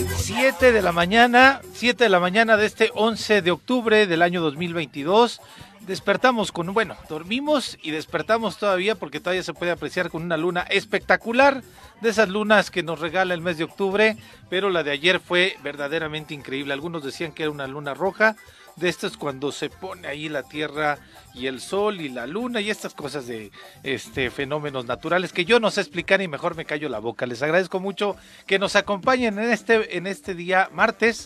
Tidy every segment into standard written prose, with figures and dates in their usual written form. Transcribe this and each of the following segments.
7 de la mañana de este 11 de octubre del año 2022. Despertamos dormimos y despertamos todavía porque todavía se puede apreciar con una luna espectacular, de esas lunas que nos regala el mes de octubre, pero la de ayer fue verdaderamente increíble. Algunos decían que era una luna roja, de estas cuando se pone ahí la tierra y el sol y la luna y estas cosas de fenómenos naturales que yo no sé explicar y mejor me callo la boca. Les agradezco mucho que nos acompañen en este día martes.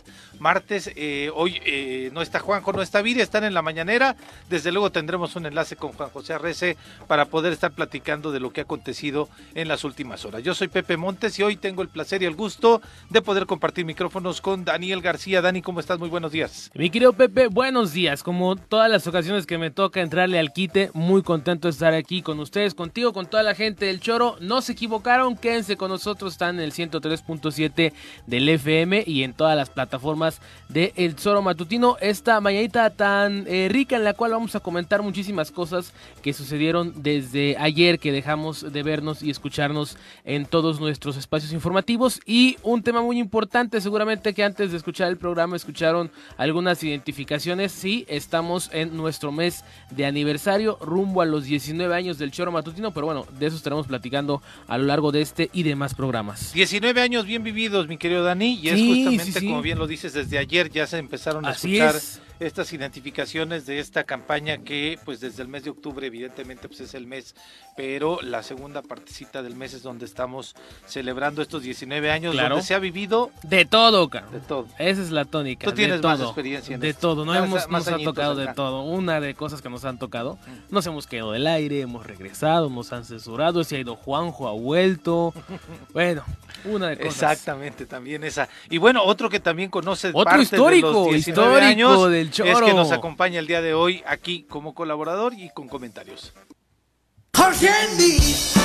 Hoy no está Juanjo, no está Viri, están en la mañanera. Desde luego tendremos un enlace con Juan José Arrece para poder estar platicando de lo que ha acontecido en las últimas horas. Yo soy Pepe Montes y hoy tengo el placer y el gusto de poder compartir micrófonos con Daniel García. Dani, ¿cómo estás? Muy buenos días. Mi querido Pepe, buenos días. Como todas las ocasiones que me toca entrarle al quite, muy contento de estar aquí con ustedes, contigo, con toda la gente del Choro. No se equivocaron, quédense con nosotros, están en el 103.7 del FM y en todas las plataformas de El Choro Matutino. Esta mañanita tan rica en la cual vamos a comentar muchísimas cosas que sucedieron desde ayer, que dejamos de vernos y escucharnos en todos nuestros espacios informativos, y un tema muy importante, seguramente que antes de escuchar el programa escucharon algunas identificaciones. Sí, estamos en nuestro mes de aniversario, rumbo a los 19 años del Choro Matutino, pero bueno, de eso estaremos platicando a lo largo de este y demás programas. 19 años bien vividos, mi querido Dani, y es justamente como bien lo dices, desde ayer ya se empezaron a escuchar estas identificaciones de esta campaña que pues desde el mes de octubre evidentemente pues es el mes, pero la segunda partecita del mes es donde estamos celebrando estos 19 años, claro, donde se ha vivido de todo, cara. De todo. Esa es la tónica. Tú tienes más experiencia en de esto. Todo, nos ha tocado acá de todo. Una de cosas que nos han tocado, nos hemos quedado del aire, hemos regresado, nos han censurado, se ha ido Juanjo, ha vuelto. Bueno, una de cosas. Exactamente, también esa. Y bueno, otro que también conoce otro parte histórico, de los 19 años del Choro, es que nos acompaña el día de hoy aquí como colaborador y con comentarios. Jorge Andy,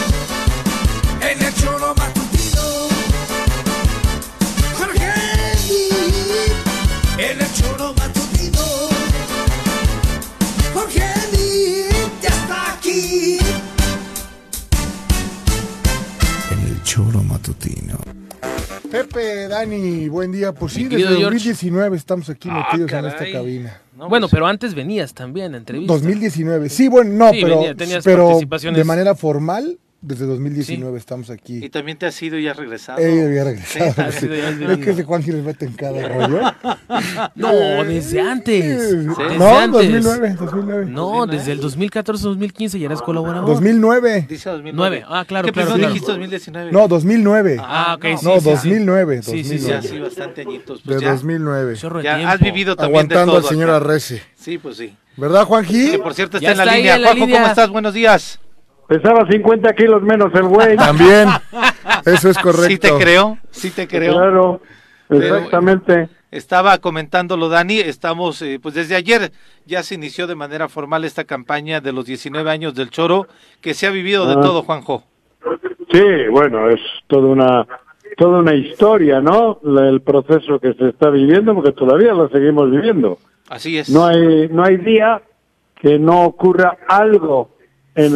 en el Choro Matutino. Jorge Andy, en el Choro Matutino. Jorge Andy, ya está aquí. En el Choro Matutino. Pepe, Dani, buen día. Pues sí, desde 2019 estamos aquí metidos en esta cabina. No, bueno, pero antes venías también a entrevistas. 2019, sí, bueno, no, sí, pero participaciones. De manera formal, desde 2019 estamos aquí. Y también te has ido y has regresado. Había regresado. Sí, ¿Ves que ese Juan sí les mete en cada rollo? No, desde antes. Sí. No, antes. 2009. No, desde el 2014-2015 ya eras colaborador. 2009. Dice 2009. Ah, claro, ¿Qué claro. no dijiste 2019? No, 2009. Ah, ok, sí. No, 2009. Sí, 2009. sí, bastante añitos. Pues de ya, 2009. Ya has vivido también aguantando de todo al señor acá. Arrece. Sí, pues sí. ¿Verdad, Juanji? Que por cierto está Ya en la está línea. ahí en la Juanjo, línea. ¿cómo estás? Buenos días. Pesaba 50 kilos menos el güey. También. Eso es correcto. Sí te creo. Claro, exactamente. Estaba comentándolo Dani, estamos, pues desde ayer ya se inició de manera formal esta campaña de los 19 años del Choro, que se ha vivido de todo, Juanjo. Sí, bueno, es toda una historia, ¿no? El proceso que se está viviendo, porque todavía lo seguimos viviendo. Así es. No hay día que no ocurra algo en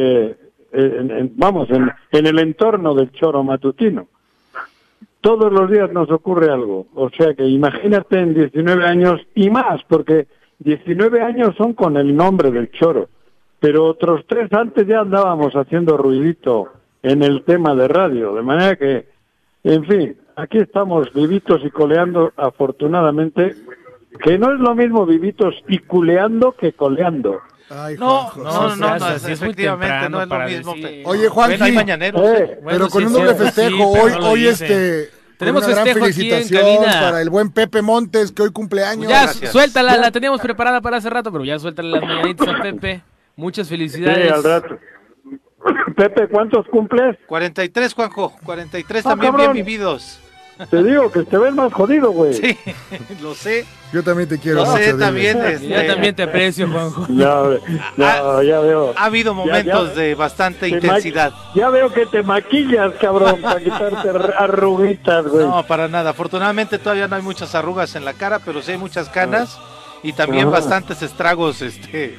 en el entorno del Choro Matutino. Todos los días nos ocurre algo, o sea que imagínate en 19 años y más, porque 19 años son con el nombre del Choro, pero otros 3 antes ya andábamos haciendo ruidito en el tema de radio, de manera que, en fin, aquí estamos vivitos y coleando, afortunadamente, que no es lo mismo vivitos y culeando que coleando. Ay, No, efectivamente no es lo mismo. Oye, Juanji, Bueno, hay mañaneros. pero con un doble festejo, hoy tenemos una gran festejo aquí en felicitación cabina para el buen Pepe Montes, que hoy cumpleaños. Ya, Gracias. suéltala, la teníamos preparada para hace rato, pero ya suéltala las mañanitas a Pepe. Muchas felicidades. Sí, al rato. Pepe, ¿cuántos cumples? 43, Juanjo, 43 también cabrón. bien vividos. Te digo que te ves más jodido, güey. Sí, lo sé. Yo también te quiero Lo mucho, sé dile. también. Yo también te aprecio, Juanjo. Ya veo. Ha habido momentos de bastante intensidad. Ya veo que te maquillas, cabrón, para quitarte arruguitas, güey. No, para nada. Afortunadamente todavía no hay muchas arrugas en la cara, pero sí hay muchas canas y también bastantes estragos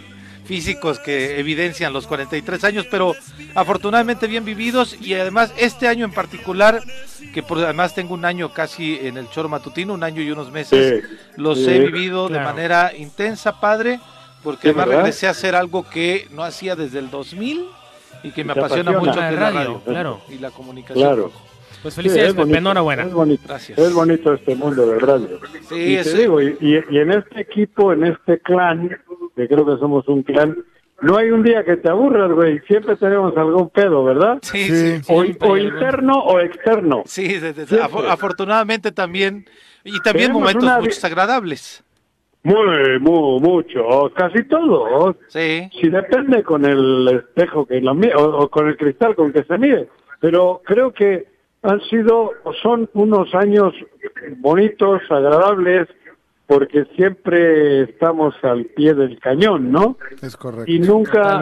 físicos que evidencian los 43 años, pero afortunadamente bien vividos, y además este año en particular, que además tengo un año casi en el Choro Matutino, un año y unos meses, los he vivido de manera intensa, padre, porque además regresé a hacer algo que no hacía desde el 2000 y que me apasiona mucho, que es la radio, y la comunicación. Claro. Pues felicidades, Pepe, enhorabuena. Es bonito, gracias. Es bonito este mundo del radio. Sí, y te digo, y en este equipo, en este clan, que creo que somos un clan, no hay un día que te aburras, güey. Siempre tenemos algún pedo, ¿verdad? Sí. O interno o externo. Sí, afortunadamente también, y también tenemos momentos muchos agradables. Mucho, casi todo. Sí. Si depende con el espejo que lo mide, o con el cristal con que se mide. Pero creo que son unos años bonitos, agradables, porque siempre estamos al pie del cañón, ¿no? Es correcto. Y nunca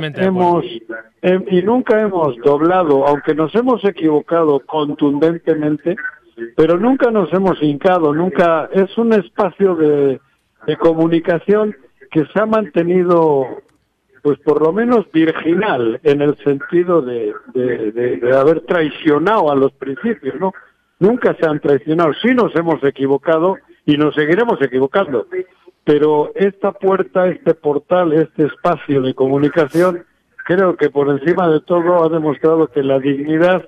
hemos doblado, aunque nos hemos equivocado contundentemente, pero nunca nos hemos hincado, nunca. Es un espacio de comunicación que se ha mantenido, pues por lo menos virginal, en el sentido de haber traicionado a los principios, ¿no? Nunca se han traicionado, sí nos hemos equivocado y nos seguiremos equivocando, pero esta puerta, este portal, este espacio de comunicación, creo que por encima de todo ha demostrado que la dignidad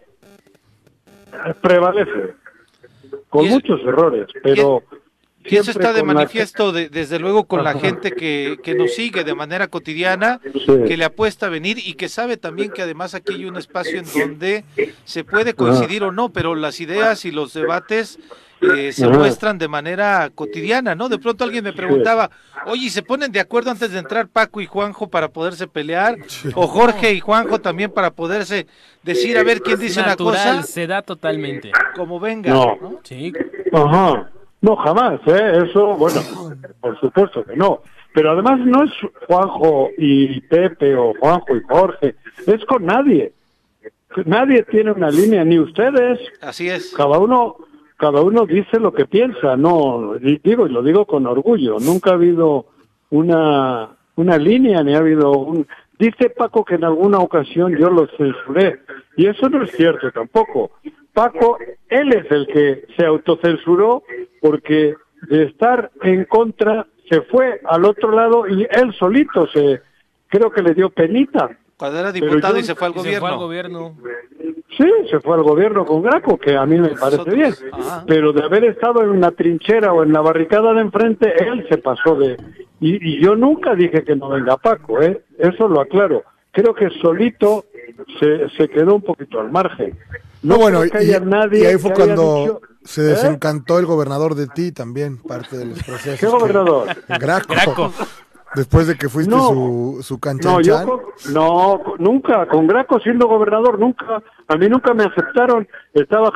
prevalece, con muchos errores, pero... Y eso está de manifiesto, desde luego, con la gente que nos sigue de manera cotidiana, que le apuesta a venir y que sabe también que además aquí hay un espacio en donde se puede coincidir o no, pero las ideas y los debates se muestran de manera cotidiana, ¿no? De pronto alguien me preguntaba, oye, ¿se ponen de acuerdo antes de entrar Paco y Juanjo para poderse pelear? O Jorge y Juanjo también para poderse decir, a ver quién dice natural, una cosa. Se da totalmente. Como venga. No. Sí. Ajá. No, jamás, eso, bueno, por supuesto que no. Pero además no es Juanjo y Pepe o Juanjo y Jorge, es con nadie. Nadie tiene una línea, ni ustedes. Así es. Cada uno dice lo que piensa, no, y lo digo con orgullo. Nunca ha habido una línea, ni ha habido un... Dice Paco que en alguna ocasión yo lo censuré, y eso no es cierto tampoco. Paco, él es el que se autocensuró porque de estar en contra se fue al otro lado y él solito creo que le dio penita. Cuando era diputado y se fue al gobierno. Sí, se fue al gobierno con Graco, que a mí me parece bien. Pero de haber estado en una trinchera o en la barricada de enfrente, él se pasó y yo nunca dije que no venga Paco, eso lo aclaro. Creo que solito se quedó un poquito al margen. No, bueno, nadie y ahí fue cuando dicho, se desencantó el gobernador de ti también, parte de los procesos. ¿Qué gobernador? Graco. Después de que fuiste su canchanchan. No, nunca, con Graco siendo gobernador, nunca, a mí nunca me aceptaron. Estaba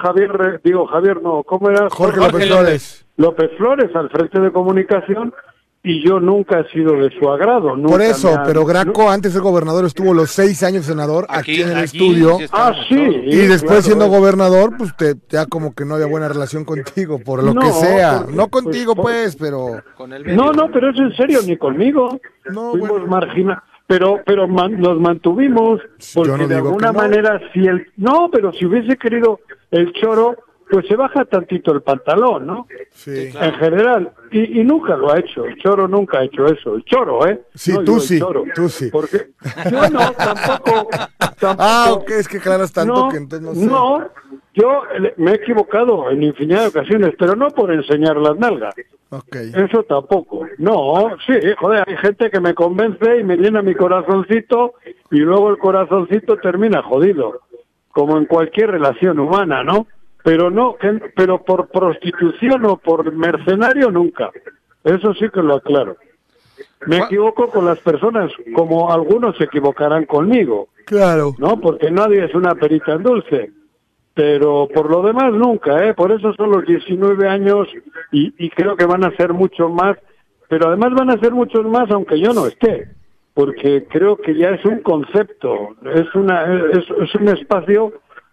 ¿cómo era? Jorge López Flores. López Flores al frente de comunicación, y yo nunca he sido de su agrado. Por eso, pero Graco antes de gobernador estuvo los 6 años senador aquí en el estudio. Sí. Y después siendo gobernador, pues ya como que no había buena relación contigo, por lo que sea. No contigo, pues, pero... Con el medio. No, pero es en serio, ni conmigo. No, fuimos marginados. Pero nos mantuvimos, porque de alguna manera, pero si hubiese querido el Choro, pues se baja tantito el pantalón, ¿no? Sí. En general, y nunca lo ha hecho, el Choro nunca ha hecho eso, el Choro, Sí, no, tú sí, tú sí. Porque yo no, tampoco. Ok, es que aclaras tanto que entonces no sé. No, yo me he equivocado en infinidad de ocasiones, pero no por enseñar las nalgas. Okay. Eso tampoco. No, sí, joder, hay gente que me convence y me llena mi corazoncito y luego el corazoncito termina jodido, como en cualquier relación humana, ¿no? Pero por prostitución o por mercenario nunca. Eso sí que lo aclaro. Me equivoco con las personas como algunos se equivocarán conmigo. Claro. ¿No? Porque nadie es una perita en dulce. Pero por lo demás nunca, Por eso son los 19 años y creo que van a ser mucho más. Pero además van a ser muchos más aunque yo no esté. Porque creo que ya es un concepto, es un espacio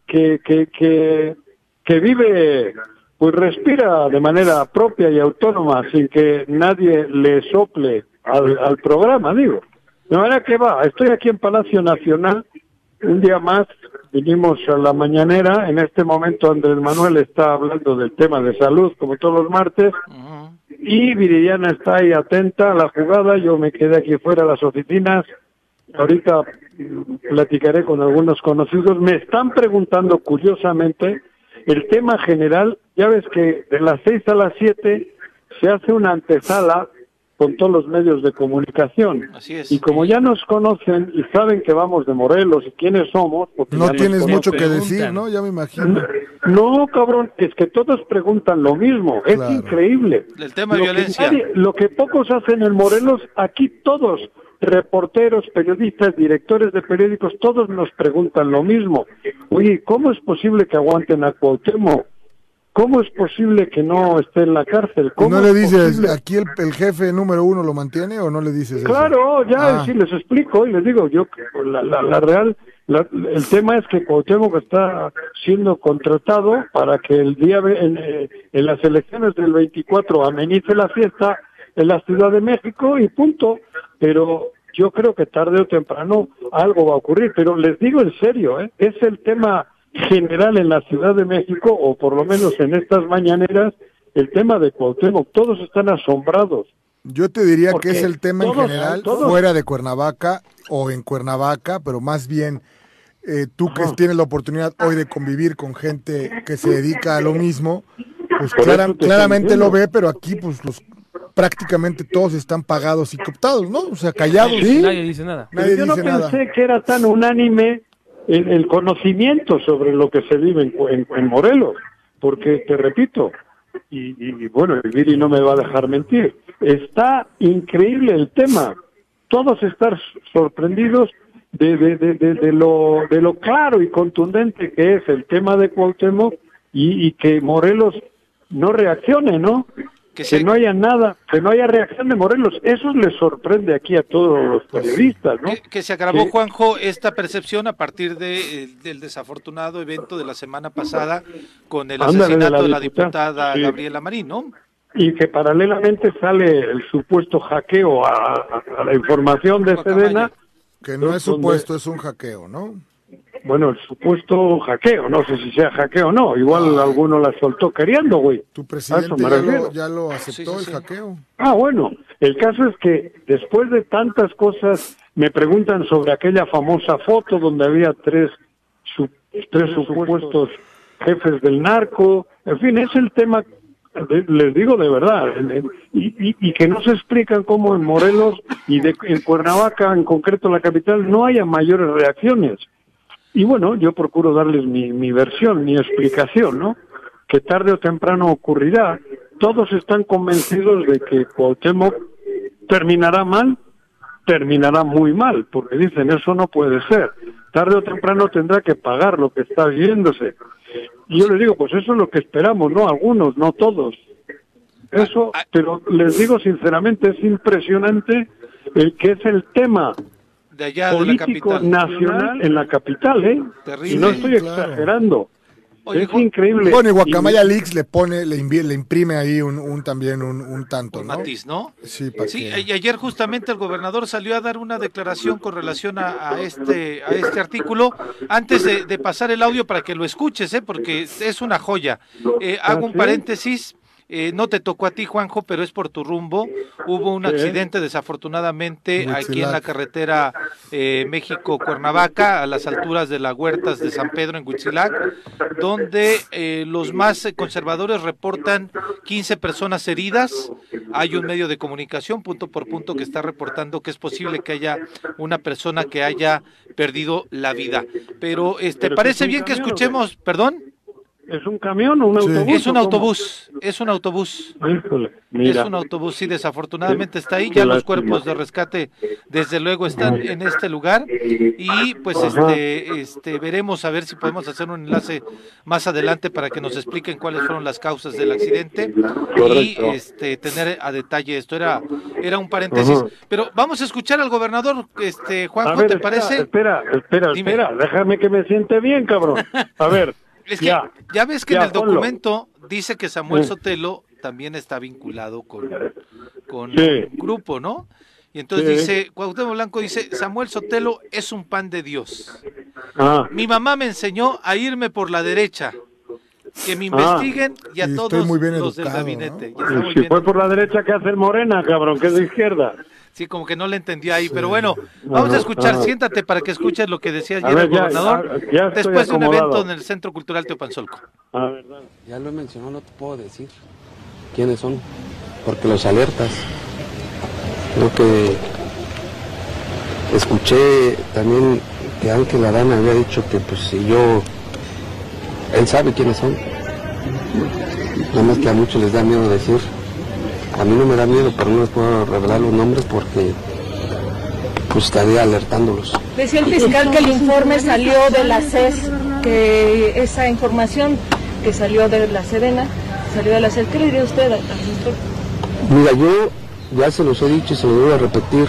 que vive, pues respira de manera propia y autónoma, sin que nadie le sople al programa, digo. No, ahora que va, estoy aquí en Palacio Nacional, un día más, vinimos a la mañanera, en este momento Andrés Manuel está hablando del tema de salud, como todos los martes, y Viridiana está ahí atenta a la jugada, yo me quedé aquí fuera de las oficinas, ahorita platicaré con algunos conocidos, me están preguntando curiosamente el tema general, ya ves que de las 6 a las 7 se hace una antesala con todos los medios de comunicación. Así es. Y como ya nos conocen y saben que vamos de Morelos y quiénes somos... porque No ya nos tienes mucho que conocen. decir, ¿no? Ya me imagino. No, cabrón, es que todos preguntan lo mismo, es Claro. increíble. El tema de Lo que violencia. lo que pocos hacen en Morelos, aquí todos, reporteros, periodistas, directores de periódicos, todos nos preguntan lo mismo. Oye, ¿cómo es posible que aguanten a Cuauhtémoc? ¿Cómo es posible que no esté en la cárcel? ¿Y no ¿Cómo le es dices, posible? aquí el jefe número 1 lo mantiene o no le dices eso? Claro, ya Ah. sí les explico y les digo, yo el tema es que Cuauhtémoc está siendo contratado para que el día en las elecciones del 24 amenice la fiesta en la Ciudad de México y punto. Pero yo creo que tarde o temprano algo va a ocurrir. Pero les digo en serio, es el tema general en la Ciudad de México, o por lo menos en estas mañaneras, el tema de Cuauhtémoc. Todos están asombrados. Yo te diría Porque que es el tema todos- en general todos- fuera de Cuernavaca o en Cuernavaca, pero más bien tú que tienes la oportunidad hoy de convivir con gente que se dedica a lo mismo, pues Por eso te estoy claramente lo diciendo. ve, pero aquí pues prácticamente todos están pagados y cooptados, ¿no? O sea, callados. Sí. Nadie dice nada. Pero Nadie yo no dice nada. pensé que era tan unánime el conocimiento sobre lo que se vive en Morelos, porque te repito, y bueno, el Viri no me va a dejar mentir, está increíble el tema. Todos están sorprendidos de lo claro y contundente que es el tema de Cuauhtémoc y que Morelos no reaccione, ¿no? Que no haya nada, que no haya reacción de Morelos. Eso les sorprende aquí a todos los periodistas, ¿no? Que se agravó, Que- Juanjo, esta percepción a partir del desafortunado evento de la semana pasada con el Ándale, asesinato de la diputada. diputada Sí. Gabriela Marín, ¿no? Y que paralelamente sale el supuesto hackeo a la información de Guacamaya. Sedena. Que no es donde- supuesto, es un hackeo, ¿no? Bueno, el supuesto hackeo, no sé si sea hackeo o no, igual alguno la soltó queriendo, güey. Tu A eso presidente me ya refiero. ya lo aceptó, Sí, sí, el sí. hackeo. Ah, bueno, el caso es que después de tantas cosas me preguntan sobre aquella famosa foto donde había tres supuestos jefes del narco, en fin, es el tema, les digo de verdad, y que no se explican cómo en Morelos y en Cuernavaca, en concreto la capital, no haya mayores reacciones. Y bueno, yo procuro darles mi versión, mi explicación, ¿no? Que tarde o temprano ocurrirá. Todos están convencidos de que Cuauhtémoc terminará mal, terminará muy mal, porque dicen, eso no puede ser. Tarde o temprano tendrá que pagar lo que está viviéndose. Y yo les digo, pues eso es lo que esperamos, ¿no? Algunos, no todos. Eso, pero les digo sinceramente, es impresionante el que es el tema De allá de la político capital. nacional en la capital, ¿eh? Terrible. Y no estoy Claro. exagerando. Oye, Es Juan, increíble. Bueno, y Guacamaya Y- Leaks le imprime ahí también un tanto, un ¿no? matiz, ¿no? Sí, para Sí, que... y ayer justamente el gobernador salió a dar una declaración con relación a este artículo. Antes de pasar el audio para que lo escuches, porque es una joya. Hago un ¿sí? paréntesis. No te tocó a ti, Juanjo, pero es por tu rumbo. Hubo un Sí. accidente, desafortunadamente, Huitzilac. aquí en la carretera México-Cuernavaca, a las alturas de las Huertas de San Pedro, en Huitzilac, donde los más conservadores reportan 15 personas heridas. Hay un medio de comunicación, punto por punto, que está reportando que es posible que haya una persona que haya perdido la vida. Pero, Pero ¿parece es un bien que camión, escuchemos, perdón? ¿Es un camión o un Sí. autobús? Es un o cómo? autobús, es un autobús. Híjole, mira. Es un autobús, sí, desafortunadamente está ahí. Qué Ya los lástima. cuerpos de rescate, desde luego, están en este lugar. Y pues Ajá. veremos a ver si podemos hacer un enlace más adelante para que nos expliquen cuáles fueron las causas del accidente y Correcto. tener a detalle esto. Era un paréntesis. Ajá. Pero vamos a escuchar al gobernador, A Juanjo, ver, ¿te parece? Espera, Dime. déjame que me siente bien, cabrón. A ver, Es que ya ves que ya, en el ponlo. documento dice que Samuel Sí. Sotelo también está vinculado con Sí. un grupo, ¿no? Y entonces Sí. dice, Cuauhtémoc Blanco dice, Samuel Sotelo es un pan de Dios. Ah, Mi mamá me enseñó a irme por la derecha, que me investiguen y a Y estoy todos muy bien los del educado, gabinete. ¿no? Ya está muy si bien. fue por la derecha, ¿qué hace el Morena, cabrón? Que es de izquierda. Sí, como que no le entendió ahí, pero bueno, vamos a escuchar, siéntate para que escuches lo que decía ayer A ver, el gobernador, ya estoy después de un acomodado. evento en el Centro Cultural Teopanzolco. A ver, dale. Ya lo he mencionado, no te puedo decir quiénes son, porque los alertas. Creo que escuché también que Ángel Adán había dicho que pues si yo, él sabe quiénes son. Nada más que a muchos les da miedo decir. A mí no me da miedo, pero no les puedo revelar los nombres porque pues estaría alertándolos. Decía el fiscal que el informe salió de la CES, que esa información que salió de la Sedena, salió de la CES. ¿Qué le diría usted al informe? Mira, yo ya se los he dicho y se los voy a repetir.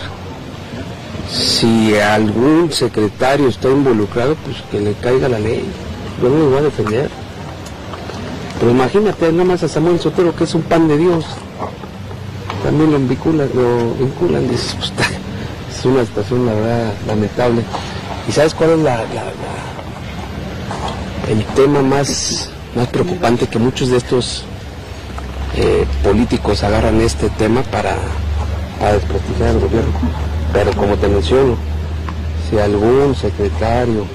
Si algún secretario está involucrado, pues que le caiga la ley. Yo no lo voy a defender. Pero imagínate nada más a Samuel Sotelo, que es un pan de Dios. También lo vinculan, dices, pues, es una situación, la verdad, lamentable. ¿Y sabes cuál es el tema más preocupante? Que muchos de estos políticos agarran este tema para desprestigiar al gobierno. Pero como te menciono, si algún secretario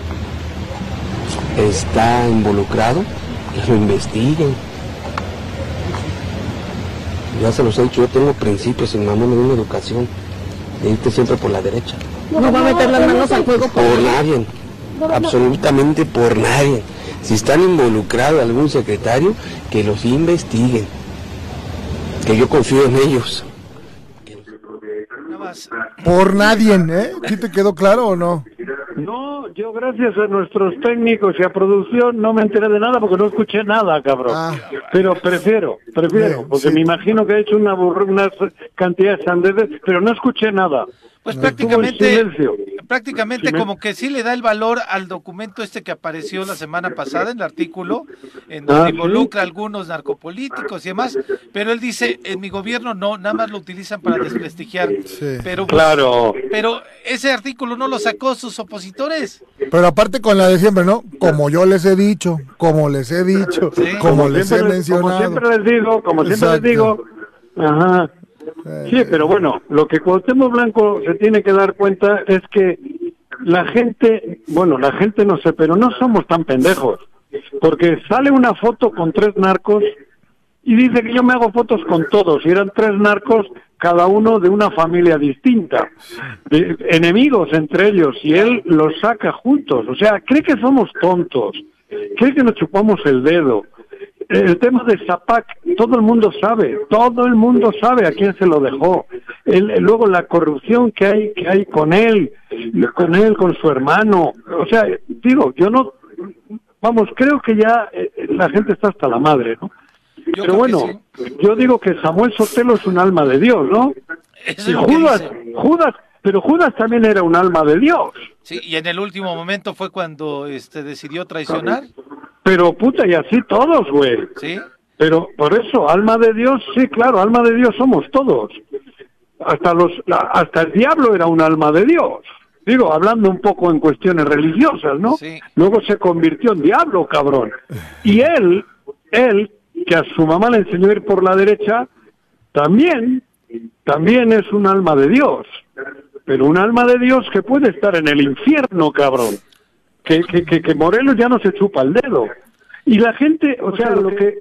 está involucrado, que lo investiguen. Ya se los he dicho, yo tengo principios, mi mamá me dio una educación de irte siempre por la derecha. ¿No va a meter las manos al fuego Por nadie, absolutamente por nadie. Si están involucrados algún secretario, que los investiguen, que yo confío en ellos. Nada más. Por nadie, ¿eh? ¿Sí te quedó claro o no? No, yo gracias a nuestros técnicos y a producción no me enteré de nada porque no escuché nada, cabrón. Ah. Pero prefiero, Bien, porque sí. me imagino que he hecho una cantidad de sandeces, pero no escuché nada. Pues Estuvo en silencio. prácticamente Silencio. como que sí le da el valor al documento este que apareció la semana pasada en el artículo, en donde ¿sí? involucra a algunos narcopolíticos y demás, pero él dice, en mi gobierno no, nada más lo utilizan para desprestigiar. Sí. Pero, Claro. pero ese artículo no lo sacó sus opositores. Pero aparte con la de siempre, ¿no? Como yo les he dicho, como les he dicho, Sí. como les he Como mencionado. siempre les digo, Exacto. ajá. Sí, pero bueno, lo que Cuauhtémoc Blanco se tiene que dar cuenta es que la gente no sé, pero no somos tan pendejos, porque sale una foto con 3 narcos y dice que yo me hago fotos con todos, y eran 3 narcos, cada uno de una familia distinta, enemigos entre ellos, y él los saca juntos, o sea, cree que somos tontos, cree que nos chupamos el dedo. El tema de Zapac, todo el mundo sabe a quién se lo dejó. Luego la corrupción que hay con él, con su hermano. O sea, digo, yo no, vamos, creo que ya la gente está hasta la madre, ¿no? Yo Pero creo bueno, que sí. yo digo que Samuel Sotelo es un alma de Dios, ¿no? Eso Y es lo que Judas, dice. pero Judas también era un alma de Dios. Sí, y en el último momento fue cuando decidió traicionar, Pero puta, y así todos, güey. ¿sí? Pero por eso, alma de Dios, sí, claro, alma de Dios somos todos. Hasta el diablo era un alma de Dios. Digo, hablando un poco en cuestiones religiosas, ¿no? Sí. Luego se convirtió en diablo, cabrón. Y él, que a su mamá le enseñó a ir por la derecha, también es un alma de Dios. Pero un alma de Dios que puede estar en el infierno, cabrón. Que Morelos ya no se chupa el dedo. Y la gente, o sea,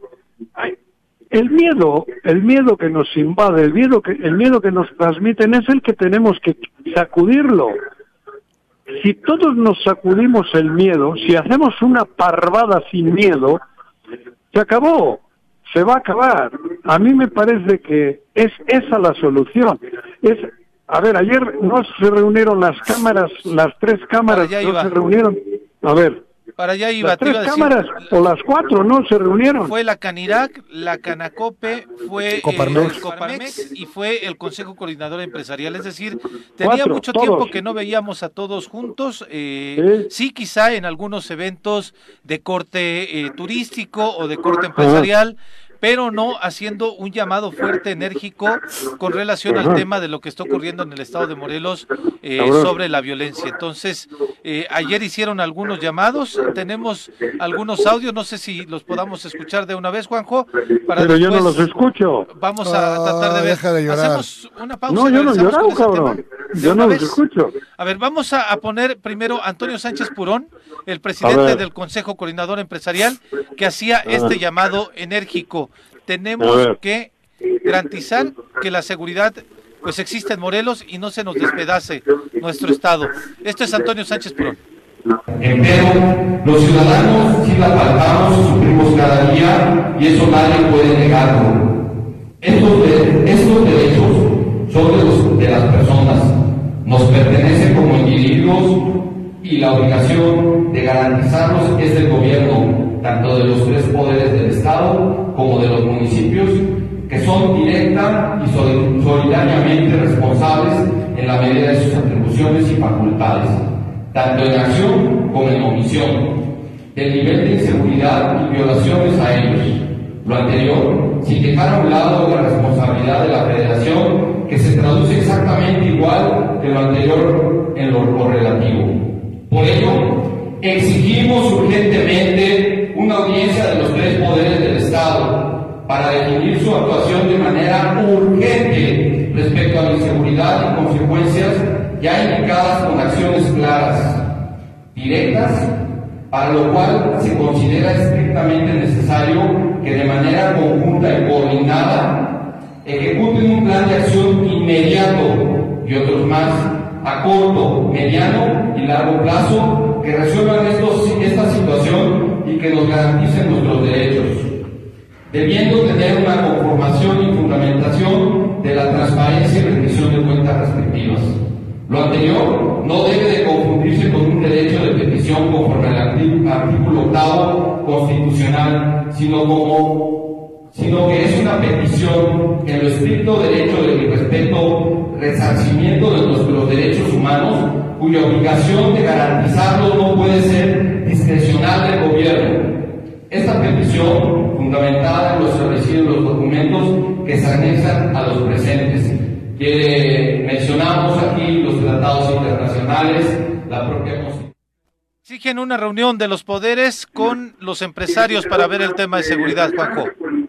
el miedo que nos invade, el miedo que nos transmiten es el que tenemos que sacudirlo. Si todos nos sacudimos el miedo, si hacemos una parvada sin miedo, se acabó, se va a acabar. A mí me parece que es esa la solución. A ver, ayer no se reunieron las cámaras, las 3 cámaras Para allá no iba. se reunieron. A ver, Para allá iba, las te iba 3 a decir, cámaras o las 4 no se reunieron. fue la Canirac, la Canacope, fue Coparmex. el Coparmex y fue el Consejo Coordinador Empresarial. Es decir, tenía 4, mucho todos. tiempo que no veíamos a todos juntos. Sí, quizá en algunos eventos de corte turístico o de corte empresarial, pero no haciendo un llamado fuerte, enérgico, con relación al tema de lo que está ocurriendo en el estado de Morelos sobre la violencia. Entonces, ayer hicieron algunos llamados, tenemos algunos audios, no sé si los podamos escuchar de una vez, Juanjo. Pero yo no los escucho. Vamos a tratar de ver. Deja de llorar. Hacemos una pausa. No, yo no lloro, cabrón. Yo no los escucho. A ver, vamos a poner primero a Antonio Sánchez Purón, el presidente del Consejo Coordinador Empresarial, que hacía este llamado enérgico. Tenemos que garantizar que la seguridad pues existe en Morelos y no se nos despedace nuestro estado. Esto es Antonio Sánchez Purón. Pero los ciudadanos sí la palpamos, sufrimos cada día y eso nadie puede negarlo. Estos derechos son de las personas, nos pertenecen como individuos y la obligación de garantizarlos es del gobierno, tanto de los tres poderes del Estado como de los municipios, que son directa y solidariamente responsables en la medida de sus atribuciones y facultades, tanto en acción como en omisión, del nivel de inseguridad y violaciones a ellos. Lo anterior, sin dejar a un lado la responsabilidad de la Federación, que se traduce exactamente igual que lo anterior en lo correlativo. Por ello, exigimos urgentemente una audiencia de los tres poderes del Estado para definir su actuación de manera urgente respecto a la inseguridad y consecuencias ya indicadas con acciones claras, directas, para lo cual se considera estrictamente necesario que de manera conjunta y coordinada ejecuten un plan de acción inmediato y otros más a corto, mediano y largo plazo que resuelvan esta situación y que nos garanticen nuestros derechos, debiendo tener una conformación y fundamentación de la transparencia y rendición de cuentas respectivas. Lo anterior no debe de confundirse con un derecho de petición conforme al artículo 8 constitucional, sino que es una petición en lo estricto derecho del respeto, resarcimiento de nuestros derechos humanos, cuya obligación de garantizarlos no puede ser discrecional del gobierno. Esta petición, fundamentada en los establecidos los documentos que se anexan a los presentes, que mencionamos aquí los tratados internacionales, la propia Constitución. Exigen una reunión de los poderes con los empresarios para ver el tema de seguridad, Juanjo.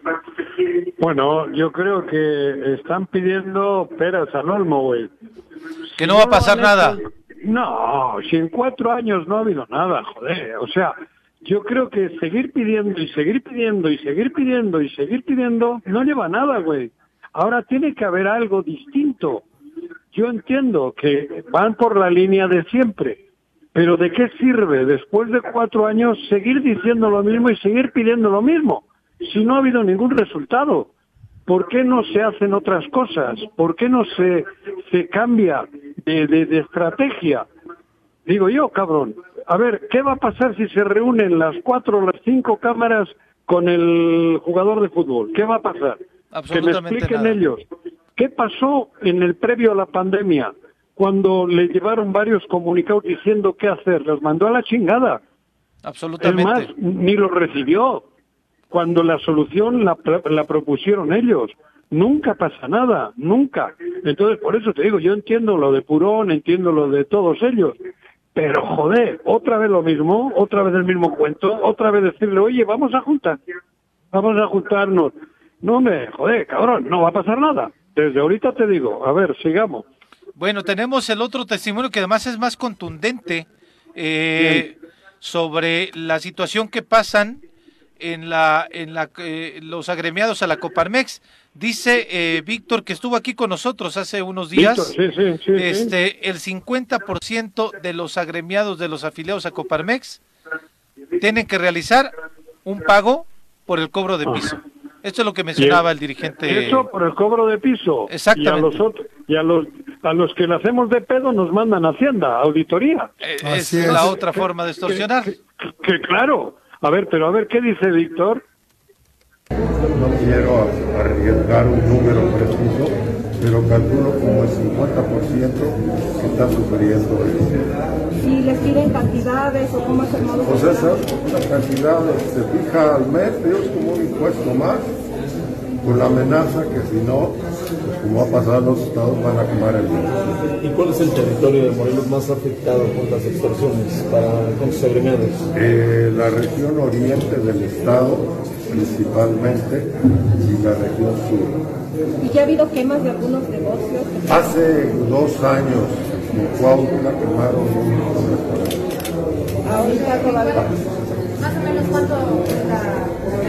Bueno, yo creo que están pidiendo peras al olmo, güey. Que no va a pasar nada. No, si en 4 años no ha habido nada, joder. O sea, yo creo que seguir pidiendo y seguir pidiendo y seguir pidiendo y seguir pidiendo no lleva a nada, güey. Ahora tiene que haber algo distinto. Yo entiendo que van por la línea de siempre, pero ¿de qué sirve después de 4 años seguir diciendo lo mismo y seguir pidiendo lo mismo? Si no ha habido ningún resultado, ¿por qué no se hacen otras cosas? ¿Por qué no se cambia de estrategia? Digo yo, cabrón, a ver, ¿qué va a pasar si se reúnen las 4 o las 5 cámaras con el jugador de fútbol? ¿Qué va a pasar? Que me expliquen ellos. ¿Qué pasó en el previo a la pandemia? Cuando le llevaron varios comunicados diciendo qué hacer, los mandó a la chingada. Absolutamente. Es más, ni los recibió. Cuando la solución la propusieron ellos. Nunca pasa nada, nunca. Entonces, por eso te digo, yo entiendo lo de Purón, entiendo lo de todos ellos. Pero, joder, otra vez lo mismo, otra vez el mismo cuento, otra vez decirle, oye, vamos a juntarnos. No, hombre, joder, cabrón, no va a pasar nada. Desde ahorita te digo, a ver, sigamos. Bueno, tenemos el otro testimonio que además es más contundente sobre la situación que pasan en los agremiados a la Coparmex. Dice Víctor, que estuvo aquí con nosotros hace unos días, Víctor, sí. El 50% de los agremiados de los afiliados a Coparmex tienen que realizar un pago por el cobro de piso. Esto es lo que mencionaba el dirigente. Eso por el cobro de piso. Exactamente. Y a los que le hacemos de pedo nos mandan a Hacienda, auditoría. Es la otra forma de extorsionar. Que claro. A ver, ¿qué dice Víctor? No quiero arriesgar un número preciso, pero calculo como el 50% que está sufriendo eso. ¿Si les piden cantidades o cómo es el modo? Pues esa cantidad se fija al mes, es como un impuesto más, con la amenaza que si no, pues como ha pasado en los estados, van a quemar el negocio. ¿Y cuál es el territorio de Morelos más afectado por las extorsiones con sus agremiados? La región oriente del estado, principalmente, y la región sur. ¿Y ya ha habido quemas de algunos negocios? Hace 2 años, en Cuautla, quemaron un restaurante. Ahorita todavía. Más o menos cuánto es la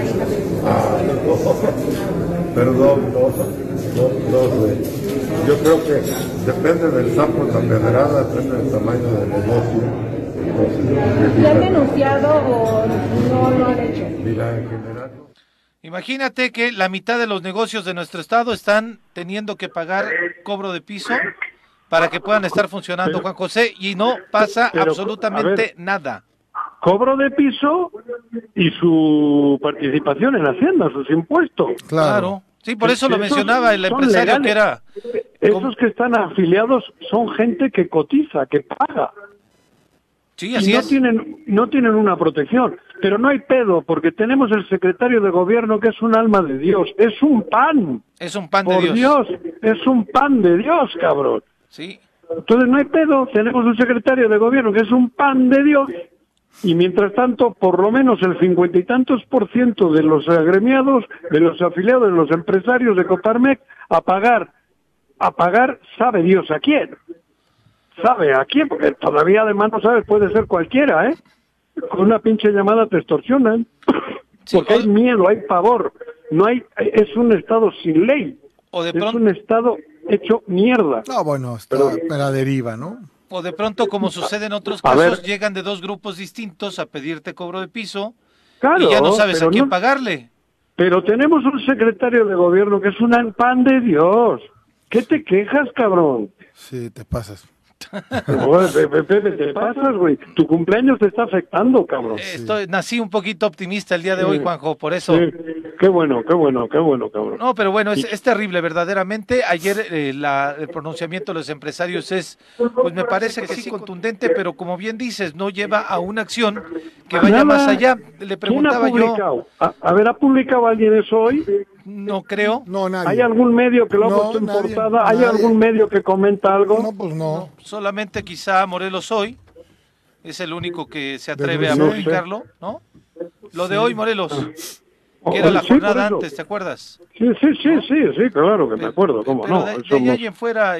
Perdón, no, güey. Yo creo que depende del sapo de la pedrada, depende del tamaño del negocio. Entonces, ¿Le han denunciado o no lo han hecho? Mira, en general. Imagínate que la mitad de los negocios de nuestro estado están teniendo que pagar cobro de piso para que puedan estar funcionando, Juan José, y no pasa absolutamente nada. Cobro de piso y su participación en Hacienda, sus impuestos. Claro. Sí, por eso lo mencionaba el empresario legales. que era... Esos que están afiliados son gente que cotiza, que paga. Sí, así y es. No tienen una protección. Pero no hay pedo, porque tenemos el secretario de gobierno que es un alma de Dios. Es un pan. Es un pan de Por Dios, es un pan de Dios, cabrón. Sí. Entonces no hay pedo, tenemos un secretario de gobierno que es un pan de Dios. Y mientras tanto, por lo menos el 50 y tantos % de los agremiados, de los afiliados, de los empresarios de Coparmex, a pagar, sabe Dios a quién. Sabe a quién, porque todavía además no sabes, puede ser cualquiera, ¿eh? Con una pinche llamada te extorsionan. Porque hay miedo, hay pavor. No hay, es un estado sin ley. O de pronto... Es un estado hecho mierda. No, bueno, está a la deriva, ¿no? O de pronto, como sucede en otros casos, llegan de 2 grupos distintos a pedirte cobro de piso, claro, y ya no sabes a quién pagarle. Pero tenemos un secretario de gobierno que es un pan de Dios. ¿Qué te quejas, cabrón? Sí, te pasas. Te pasas, güey. Tu cumpleaños te está afectando, cabrón. Nací un poquito optimista el día de hoy, Juanjo, por eso. Sí. Qué bueno, cabrón. No, pero bueno, es terrible, verdaderamente. Ayer el pronunciamiento de los empresarios pues me parece que sí contundente, pero como bien dices, no lleva a una acción que vaya más allá. Le preguntaba yo. A ver, ¿ha publicado alguien eso hoy? No creo. No, nadie. ¿Hay algún medio que lo ha puesto en portada? ¿Hay algún medio que comenta algo? No, pues no. Solamente quizá Morelos Hoy es el único que se atreve a publicarlo, ¿no? Lo de hoy, Morelos, que era la jornada antes, ¿te acuerdas? Sí, claro que me acuerdo, ¿cómo no? De ahí en fuera,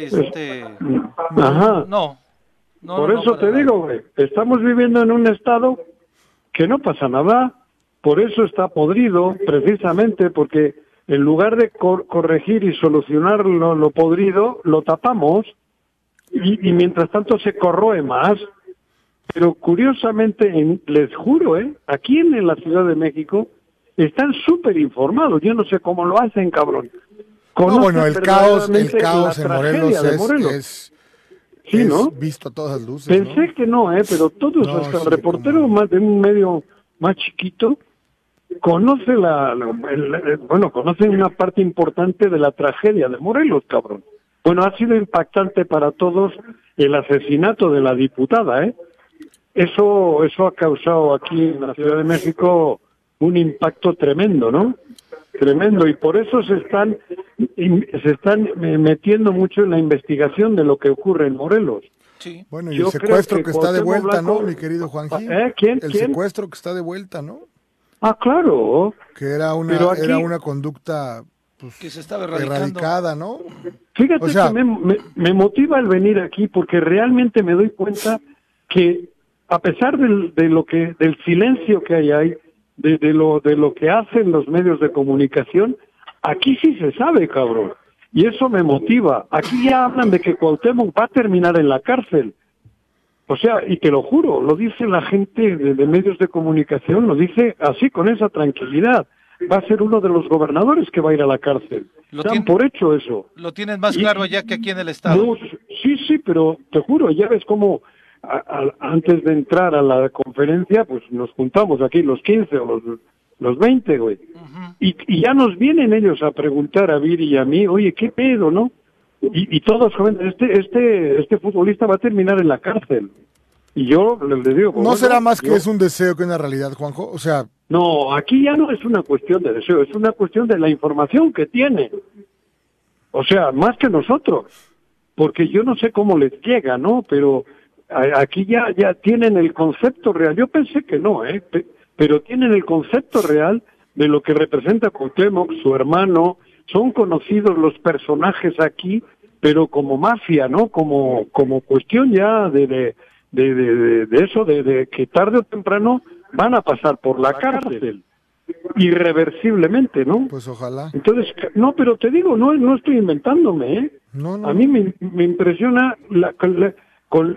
Ajá. No. Por eso te digo, güey, estamos viviendo en un estado que no pasa nada, por eso está podrido, precisamente porque en lugar de corregir y solucionar lo podrido, lo tapamos y mientras tanto se corroe más. Pero curiosamente, les juro, aquí en la Ciudad de México están súper informados. Yo no sé cómo lo hacen, cabrón. No, bueno, el caos en Morelos es sí, ¿no? Visto a todas luces. Pensé que no, pero todos, hasta el reportero más de un medio más chiquito, conoce conocen una parte importante de la tragedia de Morelos, cabrón. Bueno, ha sido impactante para todos el asesinato de la diputada, Eso ha causado aquí en la Ciudad de México un impacto tremendo, ¿no? Tremendo, y por eso se están metiendo mucho en la investigación de lo que ocurre en Morelos. Sí. Bueno, y el secuestro que está de vuelta, ¿no, mi querido Juanji? ¿Quién? El secuestro que está de vuelta, ¿no? Ah, claro. Que era una conducta que se estaba erradicada, ¿no? Fíjate que me motiva el venir aquí porque realmente me doy cuenta que a pesar del silencio que hay, de lo que hacen los medios de comunicación, aquí sí se sabe, cabrón. Y eso me motiva. Aquí ya hablan de que Cuauhtémoc va a terminar en la cárcel. O sea, y te lo juro, lo dice la gente de medios de comunicación, lo dice así, con esa tranquilidad. Va a ser uno de los gobernadores que va a ir a la cárcel. Dan por hecho eso. Lo tienes más claro allá que aquí en el estado. No, sí, pero te juro, ya ves cómo antes de entrar a la conferencia, pues nos juntamos aquí los 15 o los 20, güey. Uh-huh. Y ya nos vienen ellos a preguntar a Viri y a mí, oye, ¿qué pedo, no? Y todos, jóvenes, este futbolista va a terminar en la cárcel. Y yo les digo... ¿No será más que es un deseo que una realidad, Juanjo? O sea... No, aquí ya no es una cuestión de deseo, es una cuestión de la información que tiene. O sea, más que nosotros. Porque yo no sé cómo les llega, ¿no? Pero aquí ya tienen el concepto real. Yo pensé que no, pero tienen el concepto real de lo que representa Cuauhtémoc, su hermano. Son conocidos los personajes aquí, pero como mafia, ¿no? Como cuestión ya de eso, de que tarde o temprano van a pasar por la cárcel, irreversiblemente, ¿no? Pues ojalá. Entonces, no, pero te digo, no estoy inventándome, ¿eh? No. A mí me impresiona con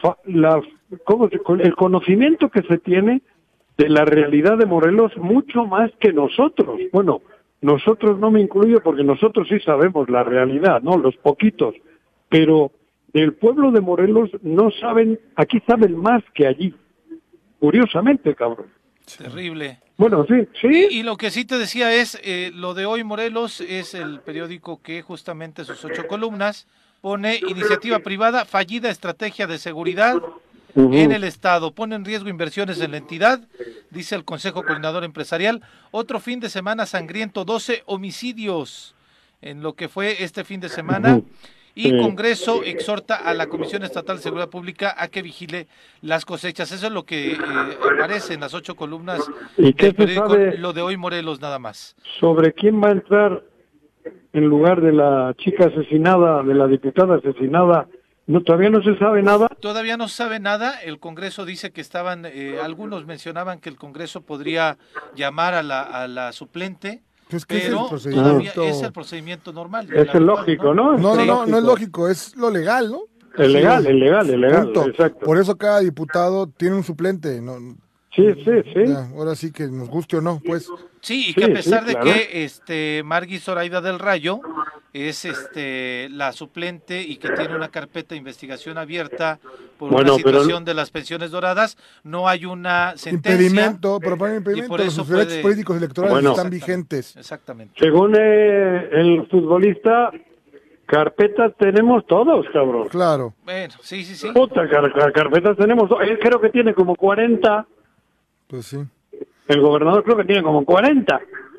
el conocimiento que se tiene de la realidad de Morelos mucho más que nosotros. Bueno, nosotros no me incluyo porque nosotros sí sabemos la realidad, ¿no? Los poquitos. Pero del pueblo de Morelos no saben, aquí saben más que allí. Curiosamente, cabrón. Terrible. Bueno, sí. Y lo que sí te decía es, lo de Hoy Morelos es el periódico que justamente sus 8 columnas pone iniciativa privada, fallida estrategia de seguridad en el Estado, pone en riesgo inversiones en la entidad, dice el Consejo Coordinador Empresarial. Otro fin de semana sangriento, 12 homicidios en lo que fue este fin de semana. Y Congreso exhorta a la Comisión Estatal de Seguridad Pública a que vigile las cosechas. Eso es lo que aparece en las 8 columnas del periódico Lo de Hoy Morelos, nada más. ¿Sobre quién va a entrar en lugar de la chica asesinada, de la diputada asesinada? No, todavía no se sabe nada. Todavía no se sabe nada. El Congreso dice que estaban, algunos mencionaban que el Congreso podría llamar a la suplente. Pues que pero es el procedimiento normal. Es el lógico, ¿no? No es lógico, es lo legal, ¿no? El legal, exacto. Por eso cada diputado tiene un suplente, ¿no? Sí. Ya, ahora sí que nos guste o no, pues. Sí, y que a pesar de que Margui Zoraida del Rayo es la suplente y que tiene una carpeta de investigación abierta por una situación de las pensiones doradas, no hay una sentencia. Impedimento, y por eso los derechos políticos electorales están vigentes. Exactamente. Según el futbolista, carpetas tenemos todos, cabrón. Claro. Bueno, sí. Puta, carpetas tenemos. Él creo que tiene como 40. Pues sí. El gobernador creo que tiene como 40.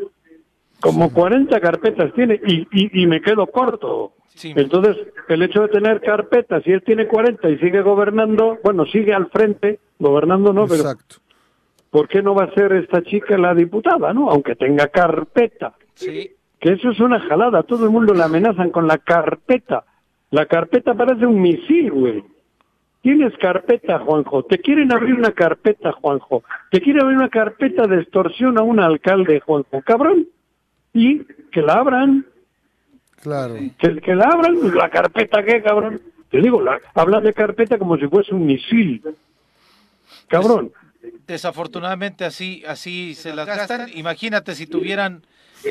Como 40 carpetas tiene y me quedo corto. Sí. Entonces, el hecho de tener carpetas, si él tiene 40 y sigue gobernando, bueno, sigue al frente, gobernando no, exacto. Pero ¿por qué no va a ser esta chica la diputada, no? Aunque tenga carpeta. Sí. Que eso es una jalada, todo el mundo le amenazan con la carpeta. La carpeta parece un misil, güey. Tienes carpeta, Juanjo. Te quieren abrir una carpeta, Juanjo. Te quieren abrir una carpeta de extorsión a un alcalde, Juanjo. Cabrón. Y que la abran. Claro. Que la abran. ¿La carpeta qué, cabrón? Te digo, hablas de carpeta como si fuese un misil. Cabrón. Desafortunadamente así se las gastan. Imagínate si tuvieran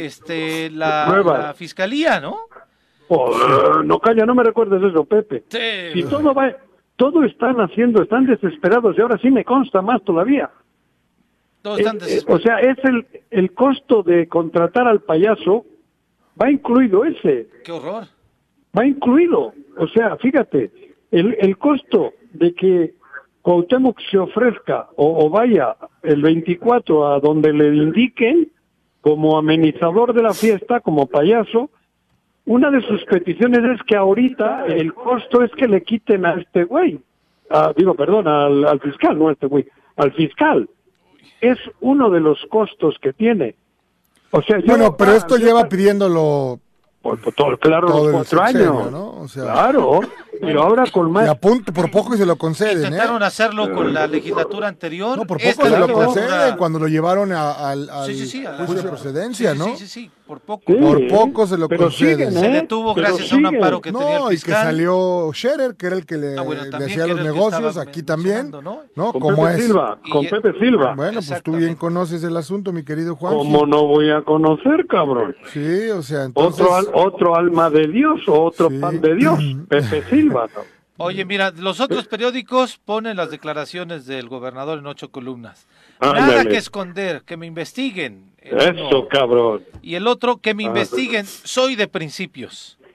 la fiscalía, ¿no? No, calla, no me recuerdes eso, Pepe. Sí. Y todo están desesperados y ahora sí me consta más todavía. Todos están desesperados. O sea, es el costo de contratar al payaso, va incluido ese. ¡Qué horror! Va incluido. O sea, fíjate, el costo de que Cuauhtémoc se ofrezca o vaya el 24 a donde le indiquen como amenizador de la fiesta, como payaso. Una de sus peticiones es que ahorita el costo es que le quiten a este güey, al fiscal, no a este güey, al fiscal. Es uno de los costos que tiene. O sea, pero esto lleva pidiéndolo claro, los 4 años, ¿no? O sea, claro, pero ahora con más. Y a punto, por poco y se lo conceden. Intentaron hacerlo con la legislatura anterior. No, por poco se lo conceden cuando lo llevaron al juicio de procedencia, ¿no? Sí, por poco. Sí, por poco se lo conceden. Se detuvo gracias a un amparo que tenía el fiscal. Y que salió Scherer, que era el que le hacía los negocios, aquí también, ¿no? Como es. Con Pepe Silva. Bueno, pues tú bien conoces el asunto, mi querido Juan. ¿Cómo no voy a conocer, cabrón? Sí, o sea, entonces... Otro alma de Dios o otro pan de Dios, Pepe Silva. Oye, mira, los otros periódicos ponen las declaraciones del gobernador en 8 columnas. Nada que esconder, que me investiguen. Eso, cabrón. Y el otro, que me investiguen, soy de principios.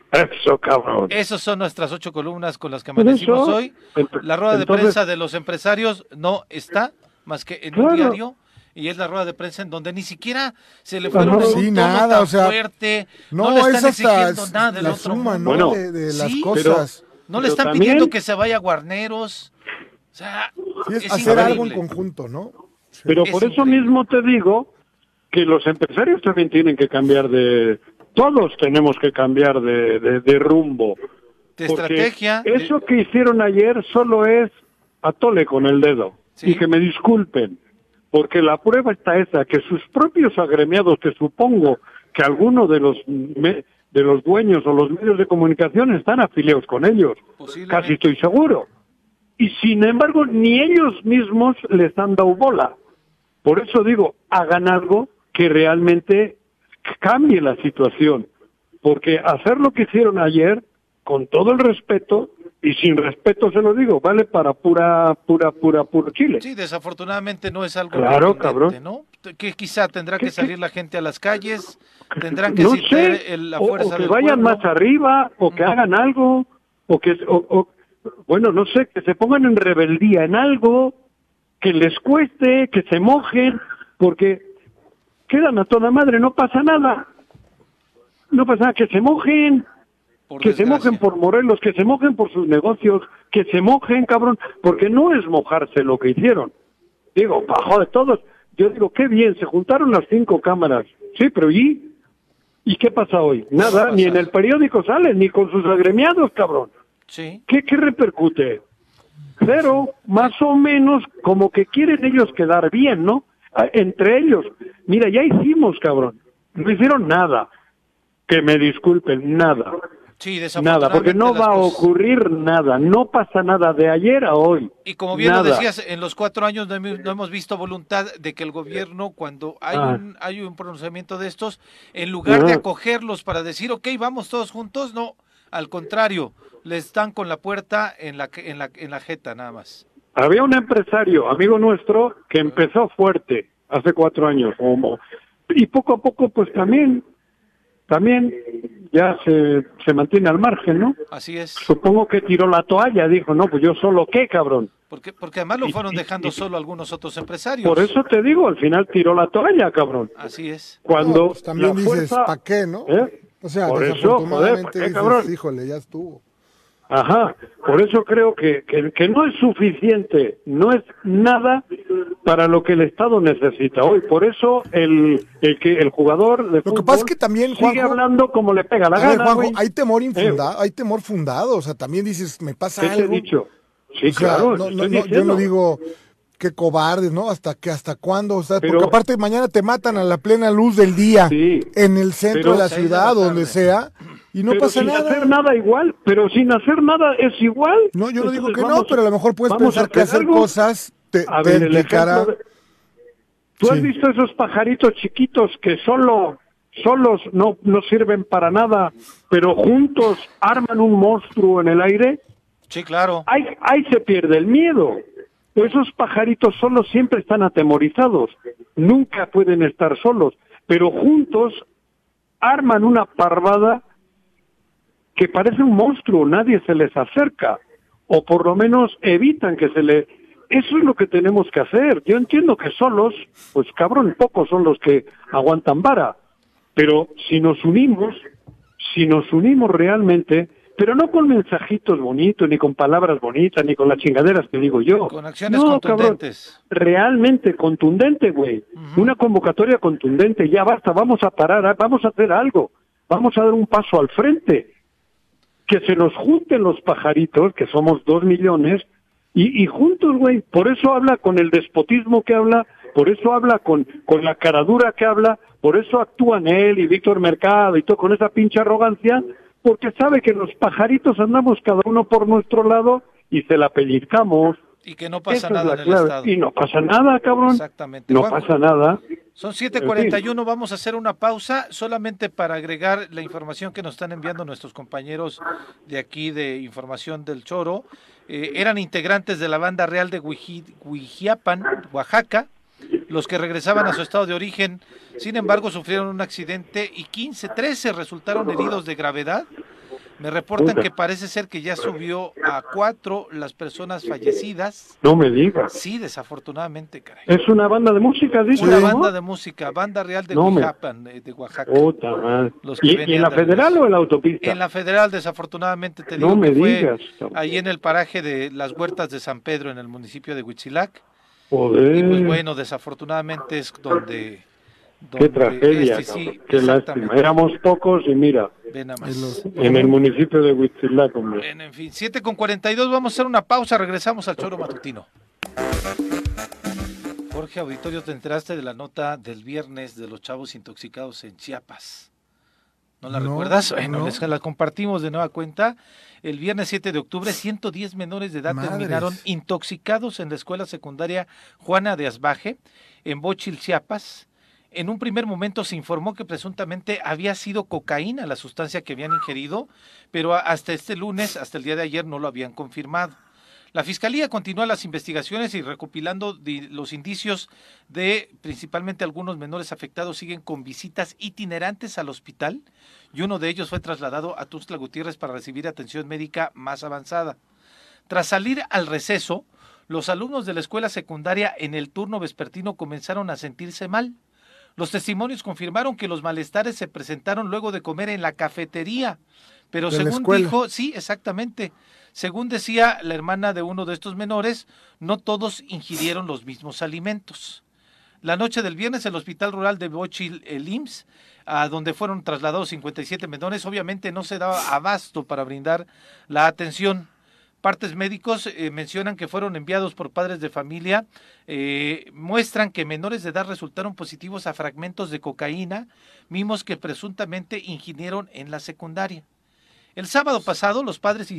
Eso, cabrón. Esas son nuestras 8 columnas con las que Pues amanecimos eso, hoy. La rueda de entonces- prensa de los empresarios no está más que en un diario, y es la rueda de prensa en donde ni siquiera se le fueron en un Sí, tono nada, tan o sea, fuerte, no, no le es están hasta exigiendo nada del la otro suma, mundo. ¿no? Bueno, de las sí, cosas. No le pero están también- pidiendo que se vaya a Guarneros. O sea, Sí, es es hacer algo en increíble. conjunto, ¿no? Sí. Pero Es por eso increíble. mismo te digo que los empresarios también tienen que cambiar todos tenemos que cambiar de rumbo. De Porque estrategia. Eso que hicieron ayer solo es atole con el dedo. Sí. Y que me disculpen, porque la prueba está esa, que sus propios agremiados, que supongo que algunos de los dueños o los medios de comunicación están afiliados con ellos, Posiblemente. casi estoy seguro. Y sin embargo, ni ellos mismos les han dado bola. Por eso digo, hagan algo que realmente cambie la situación. Porque hacer lo que hicieron ayer, con todo el respeto, y sin respeto se lo digo, vale para puro Chile. Sí, desafortunadamente no es algo Claro, contundente, cabrón. ¿no? Que quizá tendrá que ¿Qué? salir la gente a las calles, tendrán que No citar sé, la o fuerza que del vayan pueblo. más arriba, o que hagan algo, bueno, no sé, que se pongan en rebeldía en algo, que les cueste, que se mojen, porque quedan a toda madre, no pasa nada. No pasa nada, que se mojen, Por que se desgracia. mojen por Morelos, que se mojen por sus negocios, que se mojen, cabrón, porque no es mojarse lo que hicieron. Digo, bajo de todos, yo digo, qué bien, se juntaron las 5 cámaras, sí, pero ¿y qué pasa hoy? Nada, pasa? ni en el periódico sale, ni con sus agremiados, cabrón. Sí. ¿Qué repercute? Cero, más o menos, como que quieren ellos quedar bien, ¿no? Entre ellos. Mira, ya hicimos, cabrón. No hicieron nada. Que me disculpen, nada. Sí, Nada, porque no desafortunadamente va a las cosas- ocurrir nada. No pasa nada de ayer a hoy. Y como bien Nada. lo decías, en los 4 años no hemos visto voluntad de que el gobierno, cuando hay un pronunciamiento de estos, en lugar de Ah. acogerlos para decir, ok, vamos todos juntos, no, al contrario, les están con la puerta en la jeta nada más. Había un empresario, amigo nuestro, que empezó fuerte hace 4 años. Y poco a poco, pues también ya se mantiene al margen, ¿no? Así es, Supongo que tiró la toalla, dijo, no, pues yo solo qué, cabrón. porque además lo fueron dejando solo algunos otros empresarios. Por eso te digo, al final tiró la toalla, cabrón. Así es. Cuando No, pues también la dices, fuerza... ¿para qué, no? ¿Eh? O sea, Por eso, desafortunadamente joder, ¿pa' qué, dices, cabrón? híjole, ya estuvo. Ajá, por eso creo que no es suficiente, no es nada para lo que el Estado necesita hoy. Por eso el jugador de Lo que fútbol pasa es que también, sigue Juanjo, hablando como le pega la a ver, gana, Juanjo, güey. hay temor infundado, hay temor fundado, o sea, también dices, me pasa ¿Qué te he algo. dicho? Sí, O sea, claro, no, estoy yo no diciendo. digo qué cobardes, ¿no? ¿Hasta cuándo? O sea, Pero- porque aparte mañana te matan a la plena luz del día, Sí, en el centro pero- de la 6 de la ciudad, tarde. donde sea, y no pero pasa sin nada. hacer nada igual, pero sin hacer nada es igual. No, yo no digo Entonces, que no, vamos- pero a lo mejor puedes vamos pensar a que hacer algo. cosas te A ver, el implicará... ejemplo de- ¿Tú has Sí. visto esos pajaritos chiquitos que solos no sirven para nada, pero juntos arman un monstruo en el aire? Sí, claro. Ahí se pierde el miedo. Esos pajaritos solos siempre están atemorizados, nunca pueden estar solos, pero juntos arman una parvada que parece un monstruo, nadie se les acerca, o por lo menos evitan que se le... Eso es lo que tenemos que hacer. Yo entiendo que solos, pues cabrón, pocos son los que aguantan vara, pero si nos unimos realmente, pero no con mensajitos bonitos, ni con palabras bonitas, ni con las chingaderas que digo yo. Con acciones No, cabrón, contundentes. realmente contundente, güey. Una convocatoria contundente, ya basta, vamos a parar, vamos a hacer algo, vamos a dar un paso al frente. Que se nos junten los pajaritos, que somos 2 millones, y juntos, güey. Por eso habla con el despotismo que habla, por eso habla con la caradura que habla, por eso actúan él y Víctor Mercado y todo con esa pinche arrogancia, porque sabe que los pajaritos andamos cada uno por nuestro lado y se la pellizcamos. Y que no pasa Esa es nada la en el clave. Estado. Y no pasa nada, cabrón. Exactamente. No Juanjo, pasa nada. Son 7:41, vamos a hacer una pausa solamente para agregar la información que nos están enviando nuestros compañeros de aquí de Información del Choro. Eran integrantes de la banda real de Huijiapan, Oaxaca, los que regresaban a su estado de origen. Sin embargo, sufrieron un accidente y 13 resultaron heridos de gravedad. Me reportan Puta. que parece ser que ya subió a 4 las personas fallecidas. No me digas. Sí, desafortunadamente, caray. Es una banda de música, dice. Una ¿no? banda de música, banda real de No me- Huijapan, de Oaxaca. Puta madre. Los que ¿Y venían en la de federal regreso. o en la autopista? En la federal, desafortunadamente, te No digo me que fue digas. ahí en el paraje de las Huertas de San Pedro, en el municipio de Huitzilac. Joder. Y pues bueno, desafortunadamente es donde Qué tragedia, sí, cabrón. Qué exactamente. lástima. Éramos pocos y mira, Ven nada más. en el municipio de Huitzilac, hombre. En fin, 7:42, vamos a hacer una pausa, regresamos al Choro Matutino. Jorge Auditorio, ¿te enteraste de la nota del viernes de los chavos intoxicados en Chiapas? ¿No la No, recuerdas? Bueno, no. les la compartimos de nueva cuenta. El viernes 7 de octubre, 110 menores de edad Madres. terminaron intoxicados en la escuela secundaria Juana de Asbaje, en Bochil, Chiapas. En un primer momento se informó que presuntamente había sido cocaína la sustancia que habían ingerido, pero hasta este lunes, hasta el día de ayer, no lo habían confirmado. La Fiscalía continúa las investigaciones y recopilando los indicios de principalmente algunos menores afectados siguen con visitas itinerantes al hospital y uno de ellos fue trasladado a Tuxtla Gutiérrez para recibir atención médica más avanzada. Tras salir al receso, los alumnos de la escuela secundaria en el turno vespertino comenzaron a sentirse mal. Los testimonios confirmaron que los malestares se presentaron luego de comer en la cafetería, pero ¿De la según escuela? dijo, sí, exactamente, según decía la hermana de uno de estos menores, no todos ingirieron los mismos alimentos. La noche del viernes, el Hospital Rural de Bochil, el IMSS, a donde fueron trasladados 57 menores, obviamente no se daba abasto para brindar la atención. Partes médicos mencionan que fueron enviados por padres de familia, muestran que menores de edad resultaron positivos a fragmentos de cocaína, mismos que presuntamente ingirieron en la secundaria. El sábado pasado, los padres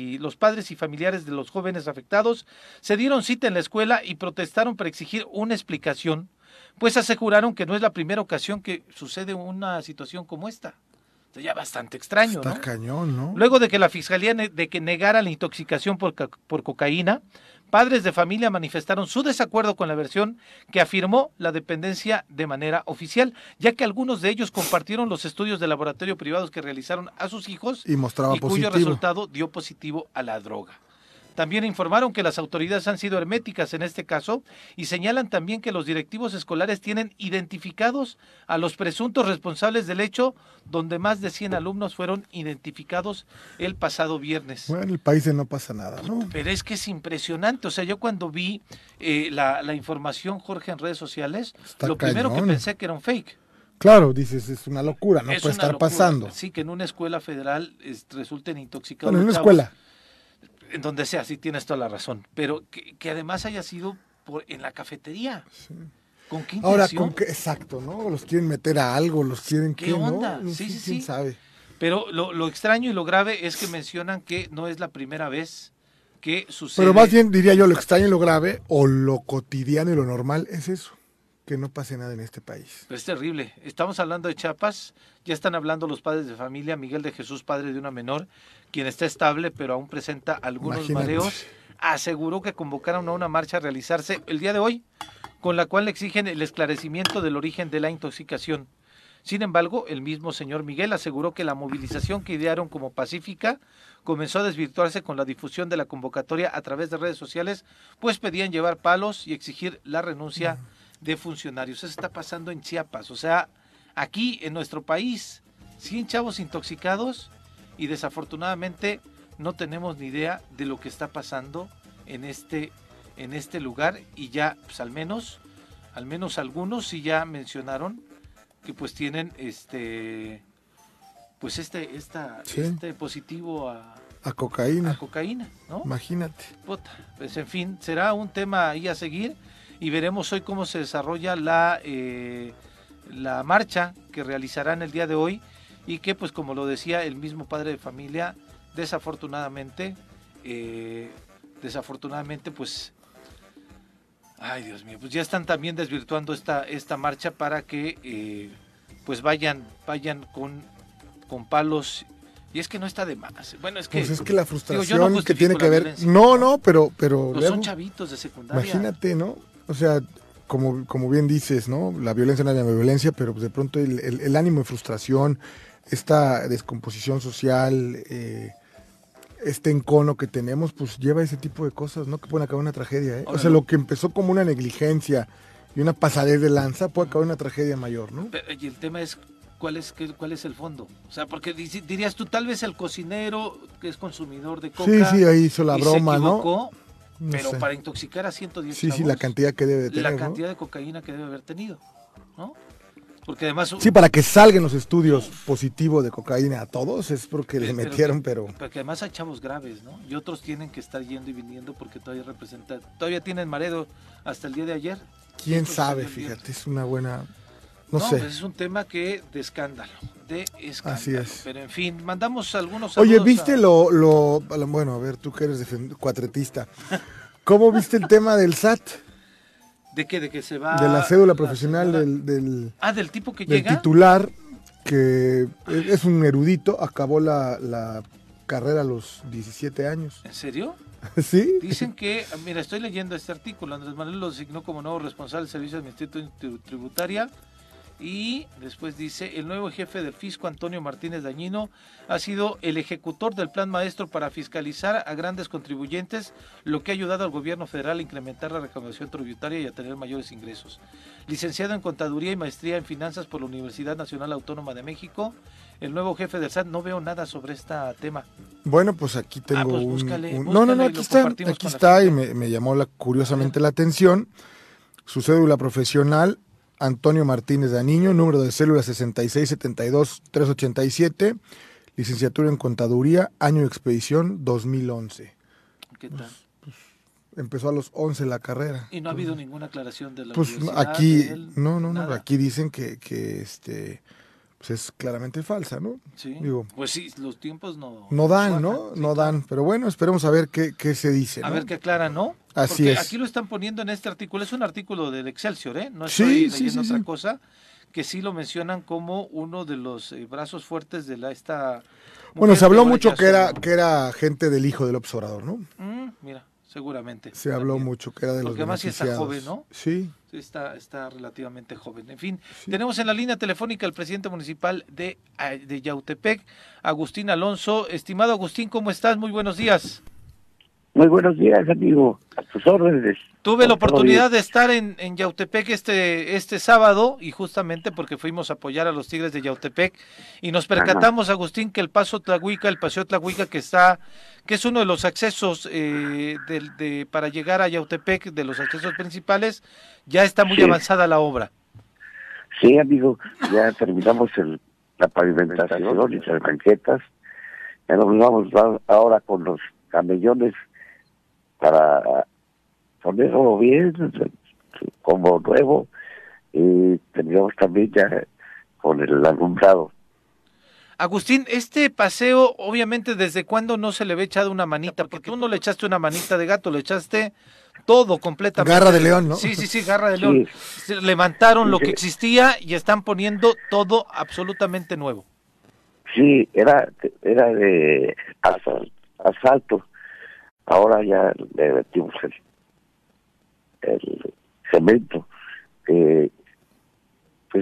y familiares de los jóvenes afectados se dieron cita en la escuela y protestaron para exigir una explicación, pues aseguraron que no es la primera ocasión que sucede una situación como esta. Ya bastante extraño, Está ¿no? cañón, ¿no? Luego de que la Fiscalía negara la intoxicación por cocaína, padres de familia manifestaron su desacuerdo con la versión que afirmó la dependencia de manera oficial, ya que algunos de ellos compartieron los estudios de laboratorio privados que realizaron a sus hijos Y mostraba cuyo positivo. resultado dio positivo a la droga. También informaron que las autoridades han sido herméticas en este caso y señalan también que los directivos escolares tienen identificados a los presuntos responsables del hecho, donde más de 100 alumnos fueron identificados el pasado viernes. Bueno, en el país no pasa nada, ¿no? Pero es que es impresionante, o sea, yo cuando vi la información, Jorge, en redes sociales, Está lo primero que cañón. pensé que era un fake. Claro, dices, es una locura, no Es puede una estar locura. pasando. Sí, que en una escuela federal resulten intoxicados. Bueno, en una los chavos. escuela. En donde sea, sí tienes toda la razón. Pero que además haya sido en la cafetería. ¿Con qué intención? Ahora, ¿con qué? Exacto, ¿no? Los quieren meter a algo, los quieren ¿Qué que, onda? ¿no? Sí, sí, ¿Quién sí. sabe? Pero lo extraño y lo grave es que mencionan que no es la primera vez que sucede. Pero más bien diría yo, lo extraño y lo grave, o lo cotidiano y lo normal, es eso, que no pase nada en este país. Pero es terrible. Estamos hablando de Chiapas, ya están hablando los padres de familia, Miguel de Jesús, padre de una menor, quien está estable pero aún presenta algunos Imagínate. mareos, aseguró que convocaron a una marcha a realizarse el día de hoy, con la cual le exigen el esclarecimiento del origen de la intoxicación. Sin embargo, el mismo señor Miguel aseguró que la movilización que idearon como pacífica comenzó a desvirtuarse con la difusión de la convocatoria a través de redes sociales, pues pedían llevar palos y exigir la renuncia de funcionarios. Eso está pasando en Chiapas, o sea, aquí en nuestro país, 100 chavos intoxicados y desafortunadamente no tenemos ni idea de lo que está pasando en este lugar y ya, pues al menos algunos sí ya mencionaron que pues tienen este positivo A cocaína. a cocaína, ¿no? Imagínate. Puta, pues en fin, será un tema ahí a seguir y veremos hoy cómo se desarrolla la marcha que realizarán el día de hoy y que pues como lo decía el mismo padre de familia, desafortunadamente pues ay Dios mío, pues ya están también desvirtuando esta marcha para que pues vayan con palos. Y es que no está de más. Bueno, es que Pues es que la digo, frustración yo no que justifico tiene la que ver. violencia. No, pero Pues luego, son chavitos de secundaria. imagínate, ¿no? O sea, como bien dices, ¿no? La violencia no es la violencia, pero pues de pronto el ánimo de frustración, esta descomposición social, este encono que tenemos, pues lleva ese tipo de cosas, ¿no? Que pueden acabar en una tragedia, ¿eh? O sea, lo que empezó como una negligencia y una pasadez de lanza puede acabar en una tragedia mayor, ¿no? Y el tema es, ¿cuál es el fondo? O sea, porque dirías tú, tal vez el cocinero que es consumidor de coca... Sí, ahí hizo la broma, se equivocó, ¿no? Pero sé. para intoxicar a 110 Sí, chavos, la cantidad que debe de tener, la ¿no? cantidad de cocaína que debe haber tenido, ¿no? Porque además... Sí, para que salgan los estudios positivos de cocaína a todos es porque le metieron, pero... Porque además hay chavos graves, ¿no? Y otros tienen que estar yendo y viniendo porque todavía tienen mareo hasta el día de ayer. ¿Quién sabe? Fíjate, es una buena... No sé. Pues es un tema de escándalo. Así es. Pero en fin, mandamos algunos saludos. Oye, ¿viste bueno, a ver, tú que eres cuatretista, ¿cómo viste el tema del SAT? ¿De qué? ¿De que se va? De la cédula profesional del tipo que del llega. titular, que es un erudito, acabó la carrera a los 17 años. ¿En serio? ¿Sí? Dicen que, mira, estoy leyendo este artículo, Andrés Manuel lo designó como nuevo responsable del Servicio Administrativo Tributaria. Y después dice, el nuevo jefe del fisco, Antonio Martínez Dañino, ha sido el ejecutor del plan maestro para fiscalizar a grandes contribuyentes, lo que ha ayudado al gobierno federal a incrementar la recaudación tributaria y a tener mayores ingresos. Licenciado en Contaduría y Maestría en Finanzas por la Universidad Nacional Autónoma de México, el nuevo jefe del SAT, no veo nada sobre este tema. Bueno, pues aquí tengo búscale, No, aquí está y me llamó curiosamente la atención. Su cédula profesional, Antonio Martínez Dañino, número de célula 6672-387, licenciatura en Contaduría, año de expedición 2011. ¿Qué tal? Pues, empezó a los 11 la carrera. ¿Y no ha habido ninguna aclaración de la pues universidad? Aquí, no, aquí dicen que pues es claramente falsa, ¿no? Sí, digo, pues sí, los tiempos no dan, ¿no? Sí, no dan, pero bueno, esperemos a ver qué se dice, ¿no? A ver qué aclaran, ¿no? Así porque es. Aquí lo están poniendo en este artículo, es un artículo del Excelsior, ¿eh? No estoy leyendo otra cosa, que sí lo mencionan como uno de los brazos fuertes de esta... Bueno, se habló mucho que era gente del hijo del López Obrador, ¿no? Mira, seguramente. Se habló mucho que era de los porque además sí está joven, ¿no? Sí. Sí, está relativamente joven. En fin, tenemos en la línea telefónica al presidente municipal de Yautepec, Agustín Alonso. Estimado Agustín, ¿cómo estás? Muy buenos días. Muy buenos días, amigo. A tus órdenes. Tuve la oportunidad de estar en Yautepec este sábado, y justamente porque fuimos a apoyar a los Tigres de Yautepec, y nos percatamos, Agustín, que el Paseo Tlahuica, que es uno de los accesos para llegar a Yautepec, de los accesos principales, ya está muy avanzada la obra. Sí, amigo, ya terminamos la pavimentación y las banquetas. Ya nos vamos ahora con los camellones para ponerlo bien, como nuevo, y terminamos también ya con el alumbrado. Agustín, este paseo, obviamente, ¿desde cuándo no se le había echado una manita? Porque tú no le echaste una manita de gato, le echaste todo completamente. Garra de león, ¿no? Sí, garra de león. Sí. Levantaron lo que existía y están poniendo todo absolutamente nuevo. Sí, era de asfalto. Ahora ya le metimos el cemento. Pues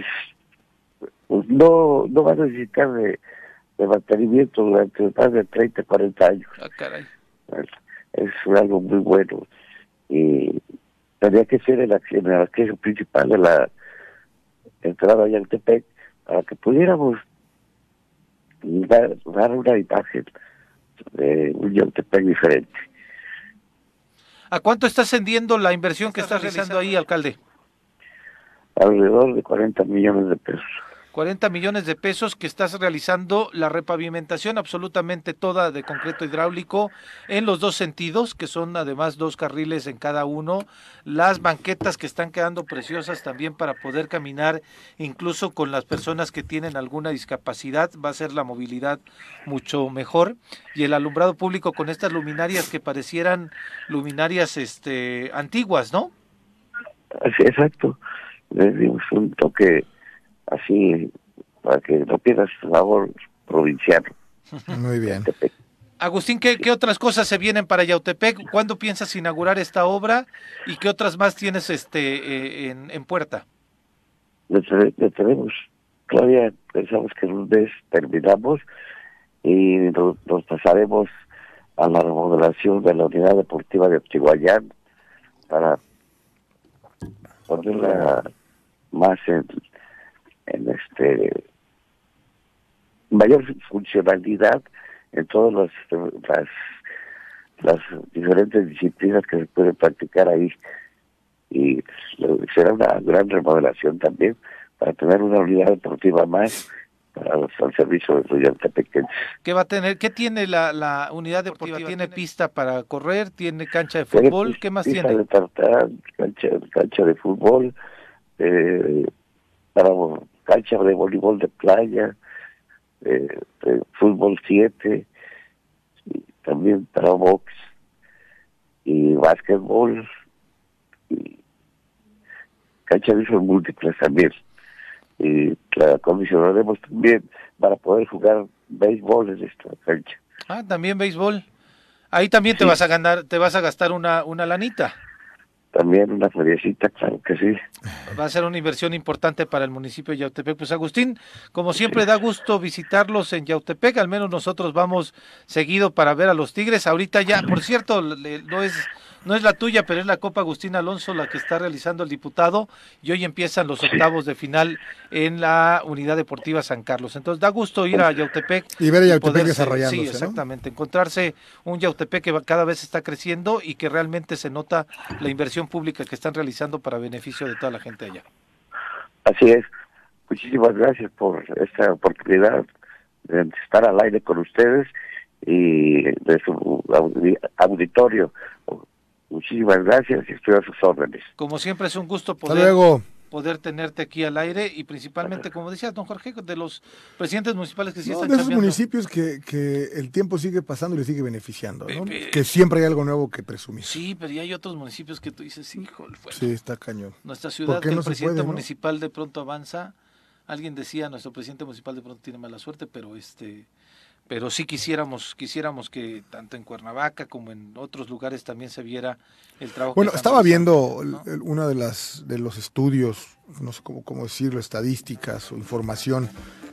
no va a necesitar de mantenimiento durante más de 30, 40 años. Ah, caray. Es algo muy bueno. Y tendría que ser el acceso principal de la entrada a Yautepec para que pudiéramos dar una imagen de un Yautepec diferente. ¿A cuánto está ascendiendo la inversión que estás realizando ahí, alcalde? Alrededor de 40 millones de pesos. 40 millones de pesos que estás realizando la repavimentación absolutamente toda de concreto hidráulico en los dos sentidos, que son además 2 carriles en cada uno, las banquetas que están quedando preciosas también para poder caminar, incluso con las personas que tienen alguna discapacidad, va a ser la movilidad mucho mejor, y el alumbrado público con estas luminarias que parecieran luminarias antiguas, ¿no? Así, exacto, le dimos un toque así, para que no pierdas tu labor provincial. Muy bien. Agustín, ¿qué otras cosas se vienen para Yautepec? ¿Cuándo piensas inaugurar esta obra? ¿Y qué otras más tienes en puerta? Le tenemos Claudia, pensamos que en un mes terminamos y nos pasaremos a la remodelación de la unidad deportiva de Ochihuayán para ponerla más en mayor funcionalidad en todas las diferentes disciplinas que se pueden practicar ahí, y será una gran remodelación también para tener una unidad deportiva más al servicio de los yatepequenses. ¿Qué va a tener? ¿Qué tiene la unidad deportiva? ¿Tiene pista para correr? ¿Tiene cancha de fútbol? ¿Qué más pista tiene? De tartán, cancha de fútbol, cancha de voleibol de playa, de fútbol 7, y también para box y básquetbol, y cancha de usos múltiples también. Y la acondicionaremos también para poder jugar béisbol en esta cancha. Ah, también béisbol. Ahí también te vas a gastar una lanita. También una feriecita, claro que sí. Va a ser una inversión importante para el municipio de Yautepec. Pues Agustín, como siempre da gusto visitarlos en Yautepec, al menos nosotros vamos seguido para ver a los Tigres. Ahorita ya, por cierto, no es la tuya, pero es la Copa Agustín Alonso la que está realizando el diputado, y hoy empiezan los octavos de final en la Unidad Deportiva San Carlos. Entonces da gusto ir a Yautepec y ver a Yautepec desarrollándose. Sí, exactamente, ¿no? Encontrarse un Yautepec que cada vez está creciendo y que realmente se nota la inversión pública que están realizando para beneficio de toda la gente allá. Así es. Muchísimas gracias por esta oportunidad de estar al aire con ustedes y de su auditorio. Muchísimas gracias y estoy a sus órdenes. Como siempre es un gusto poder tenerte aquí al aire, y principalmente, como decía don Jorge, de los presidentes municipales que sí están de esos cambiando. municipios que el tiempo sigue pasando y le sigue beneficiando, ¿no? Que siempre hay algo nuevo que presumir. Sí, pero ya hay otros municipios que tú dices, híjole, bueno, sí, está cañón. Nuestra ciudad, que no el presidente puede, municipal de pronto avanza. Alguien decía, nuestro presidente municipal de pronto tiene mala suerte, pero sí quisiéramos que tanto en Cuernavaca como en otros lugares también se viera el trabajo. Bueno, estaba viendo, ¿no? Uno de los estudios, no sé cómo decirlo, estadísticas o información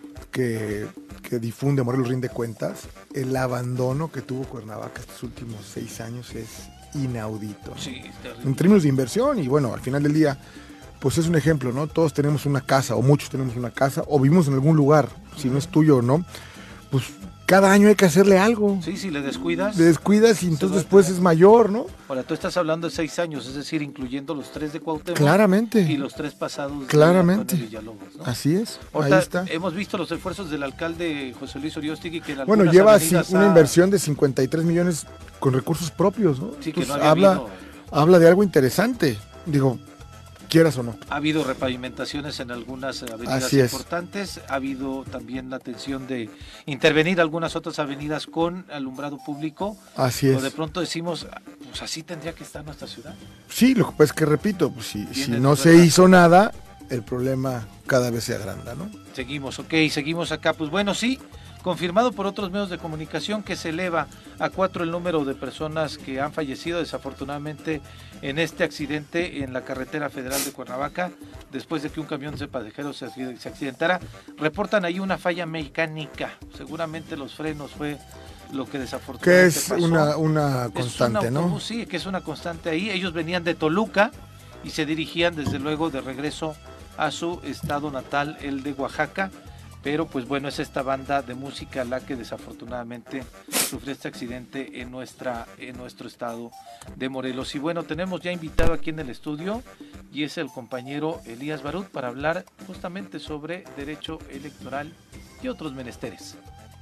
que difunde Morelos Rinde Cuentas. El abandono que tuvo Cuernavaca estos últimos 6 años es inaudito, ¿no? Sí, en términos de inversión, y bueno, al final del día pues es un ejemplo, ¿no? Todos tenemos una casa, o muchos tenemos una casa, o vivimos en algún lugar, si no es tuyo o no, pues cada año hay que hacerle algo. Sí, si le descuidas. Y entonces después es mayor, ¿no? Ahora, tú estás hablando de 6 años, es decir, incluyendo los 3 de Cuauhtémoc. Claramente. Y los 3 pasados Claramente. de Villalobos, ¿no? Así es, ahorita ahí está. Hemos visto los esfuerzos del alcalde José Luis Oriostegui, que en bueno, lleva una inversión de 53 millones con recursos propios, ¿no? Sí, entonces, que no habla de algo interesante, digo, quieras o no. Ha habido repavimentaciones en algunas avenidas importantes, ha habido también la atención de intervenir algunas otras avenidas con alumbrado público. Así es. Pero de pronto decimos, pues así tendría que estar nuestra ciudad. Sí, lo que pasa es que, repito, pues si no se hizo nada, el problema cada vez se agranda, ¿no? Seguimos acá. Pues bueno, sí, confirmado por otros medios de comunicación que se eleva a 4 el número de personas que han fallecido desafortunadamente en este accidente en la carretera federal de Cuernavaca, después de que un camión de pasajeros se accidentara. Reportan ahí una falla mecánica, seguramente los frenos fue lo que desafortunadamente que es pasó. una constante, ¿no? Sí, que es una constante ahí. Ellos venían de Toluca y se dirigían desde luego de regreso a su estado natal, el de Oaxaca. Pero pues bueno, es esta banda de música la que desafortunadamente sufrió este accidente en nuestro estado de Morelos. Y bueno, tenemos ya invitado aquí en el estudio, y es el compañero Elías Barut, para hablar justamente sobre derecho electoral y otros menesteres.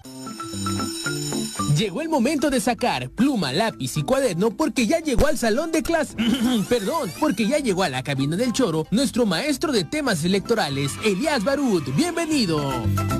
Llegó el momento de sacar pluma, lápiz y cuaderno, porque ya llegó al salón de clase. Perdón, porque ya llegó a la cabina del Choro nuestro maestro de temas electorales, Elías Barut. Bienvenido.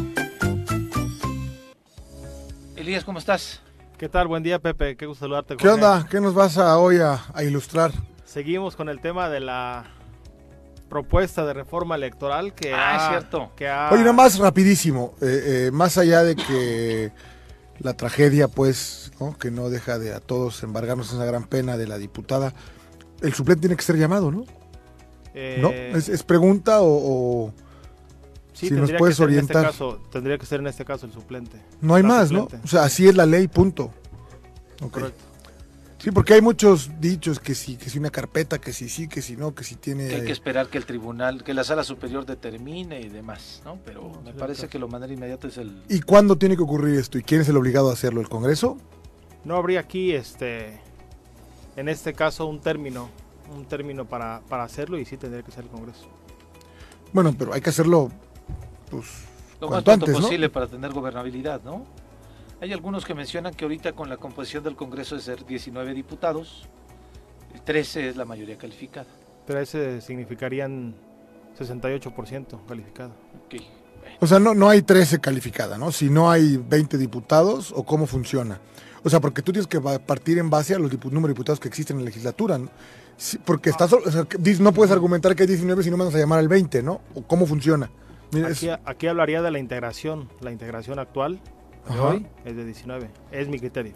Elías, ¿cómo estás? ¿Qué tal? Buen día, Pepe. Qué gusto saludarte. ¿Qué onda? ¿Qué nos vas hoy a ilustrar? Seguimos con el tema de la propuesta de reforma electoral que es cierto. Oye, nada más rapidísimo, más allá de que la tragedia, pues, ¿no? Que no deja de a todos embargarnos esa gran pena de la diputada, el suplente tiene que ser llamado, ¿no? ¿No? ¿Es pregunta o...? Sí, si nos puedes orientar. Tendría que ser en este caso el suplente. No hay más, suplente, ¿no? O sea, así es la ley, punto. Okay. Correcto. Sí, porque hay muchos dichos que si una carpeta, que si que si no, que si tiene... Que hay que esperar que el tribunal, que la sala superior determine y demás, ¿no? Pero me parece que lo manera inmediata es el... ¿Y cuándo tiene que ocurrir esto? ¿Y quién es el obligado a hacerlo? ¿El Congreso? No habría aquí, en este caso, un término para hacerlo, y sí tendría que ser el Congreso. Bueno, pero hay que hacerlo, pues, lo más pronto posible, ¿no? Para tener gobernabilidad, ¿no? Hay algunos que mencionan que ahorita con la composición del Congreso de ser 19 diputados, 13 es la mayoría calificada. 13 significarían 68% calificado. Okay. O sea, no hay 13 calificada, ¿no? Si no hay 20 diputados, ¿o cómo funciona? O sea, porque tú tienes que partir en base a los número de diputados que existen en la legislatura, ¿no? Sí, porque o sea, no puedes argumentar que hay 19 si no mandas a llamar al 20, ¿no? ¿O cómo funciona? Mira, aquí hablaría de la integración actual de hoy es de 19, es mi criterio.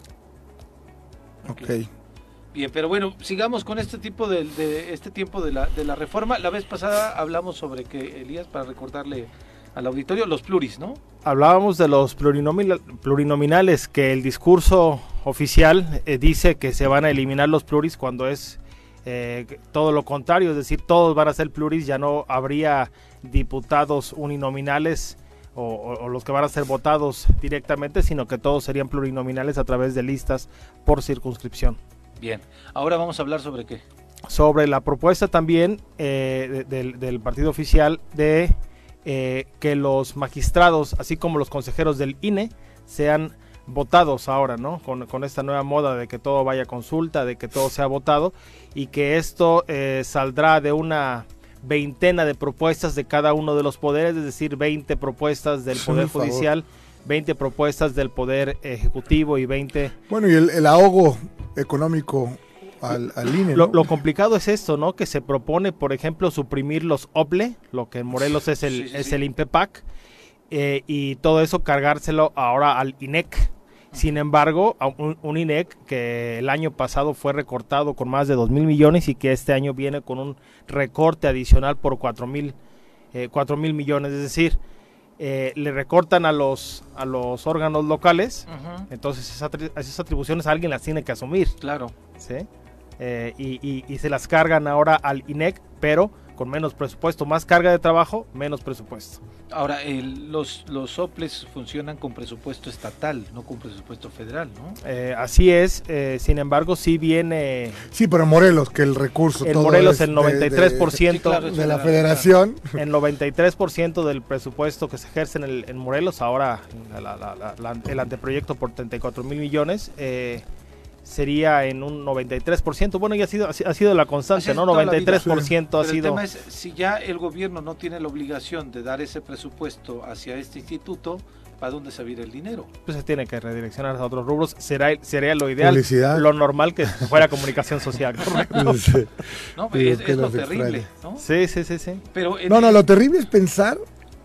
Ok. Bien, pero bueno, sigamos con este tipo este tiempo de la reforma. La vez pasada hablamos sobre que, Elías, para recordarle al auditorio, los pluris, ¿no? Hablábamos de los plurinominales, que el discurso oficial dice que se van a eliminar los pluris cuando es todo lo contrario, es decir, todos van a ser pluris, ya no habría diputados uninominales o los que van a ser votados directamente, sino que todos serían plurinominales a través de listas por circunscripción. Bien, ahora vamos a hablar sobre qué. Sobre la propuesta también del partido oficial de que los magistrados, así como los consejeros del INE, sean votados ahora, ¿no? Con esta nueva moda de que todo vaya a consulta, de que todo sea votado, y que esto saldrá de una veintena de propuestas de cada uno de los poderes, es decir, 20 propuestas del Poder Judicial, 20 propuestas del Poder Ejecutivo y 20... Bueno, y el ahogo económico al INE, ¿no? Lo complicado es esto, ¿no? Que se propone, por ejemplo, suprimir los OPLE, lo que en Morelos es el INPEPAC, y todo eso cargárselo ahora al INEC. Sin embargo, un INEC que el año pasado fue recortado con más de 2,000 millones y que este año viene con un recorte adicional por 4,000 millones, es decir, le recortan a los órganos locales, entonces esas atribuciones alguien las tiene que asumir. Claro. ¿Sí? Y se las cargan ahora al INEC, pero con menos presupuesto, más carga de trabajo, menos presupuesto. Ahora, los OPLES funcionan con presupuesto estatal, no con presupuesto federal, ¿no? Así es, sin embargo, sí viene... Sí, pero Morelos, que el recurso... En Morelos el 93% de la federación. El 93% del presupuesto que se ejerce en Morelos, ahora el anteproyecto por 34,000 millones, sería en un 93%, bueno, ya ha sido la constante, ¿no? 93% ha sido... El tema es, si ya el gobierno no tiene la obligación de dar ese presupuesto hacia este instituto, ¿para dónde se va a ir el dinero? Pues se tiene que redireccionar a otros rubros, sería lo ideal, publicidad. Lo normal que fuera comunicación social, ¿correcto? Sí. No, es lo terrible, ¿no? Sí. Pero lo terrible es pensar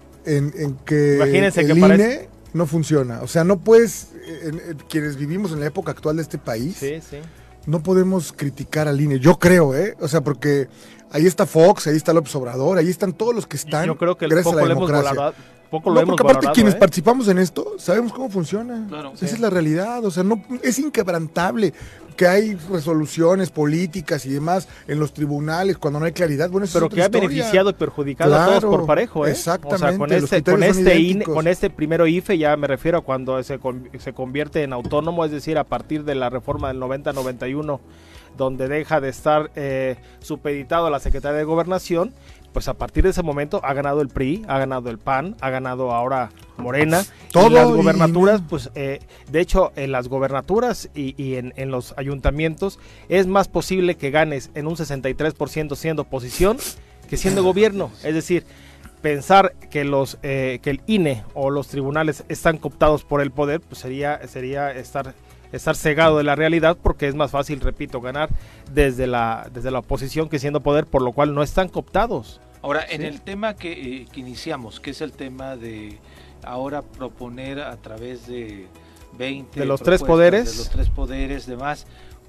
en que imagínense el que INE no funciona, o sea, no puedes, quienes vivimos en la época actual de este país, no podemos criticar al INE, yo creo, o sea, porque ahí está Fox, ahí está López Obrador, ahí están todos los que están, yo creo que gracias a la democracia. Porque aparte quienes participamos en esto, sabemos cómo funciona, claro, esa es la realidad, o sea, no es inquebrantable que hay resoluciones políticas y demás en los tribunales cuando no hay claridad, bueno, eso pero es que ha historia. Beneficiado y perjudicado a todos por parejo, exactamente, o sea, con este primero IFE, ya me refiero a cuando se convierte en autónomo, es decir, a partir de la reforma del 90-91, donde deja de estar supeditado a la Secretaría de Gobernación, pues a partir de ese momento ha ganado el PRI, ha ganado el PAN, ha ganado ahora Morena. Todo, y las gobernaturas, pues de hecho en las gobernaturas y en los ayuntamientos es más posible que ganes en un 63% siendo oposición que siendo gobierno. Es decir, pensar que el INE o los tribunales están cooptados por el poder, pues sería estar cegado de la realidad, porque es más fácil, repito, ganar desde la oposición que siendo poder, por lo cual no están cooptados. Ahora, en el tema que iniciamos, que es el tema de ahora proponer a través de 20 de los tres poderes, demás,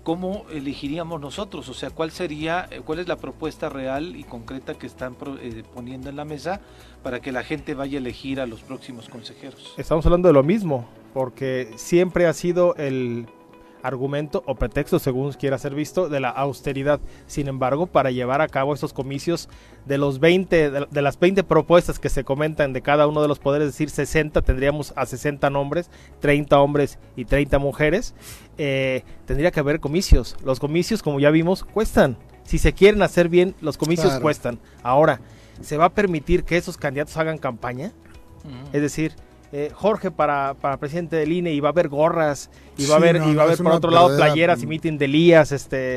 ¿cómo elegiríamos nosotros? O sea, ¿cuál es la propuesta real y concreta que están poniendo en la mesa para que la gente vaya a elegir a los próximos consejeros? Estamos hablando de lo mismo, porque siempre ha sido el argumento o pretexto, según quiera ser visto, de la austeridad. Sin embargo, para llevar a cabo estos comicios, de las 20 propuestas que se comentan de cada uno de los poderes, es decir, 60, tendríamos a 60 nombres, 30 hombres y 30 mujeres, tendría que haber comicios. Los comicios, como ya vimos, cuestan. Si se quieren hacer bien, los comicios cuestan. Ahora, ¿se va a permitir que esos candidatos hagan campaña? Es decir, Jorge para presidente del INE, y va a haber gorras, y va a haber por otro lado playeras y meeting de Elías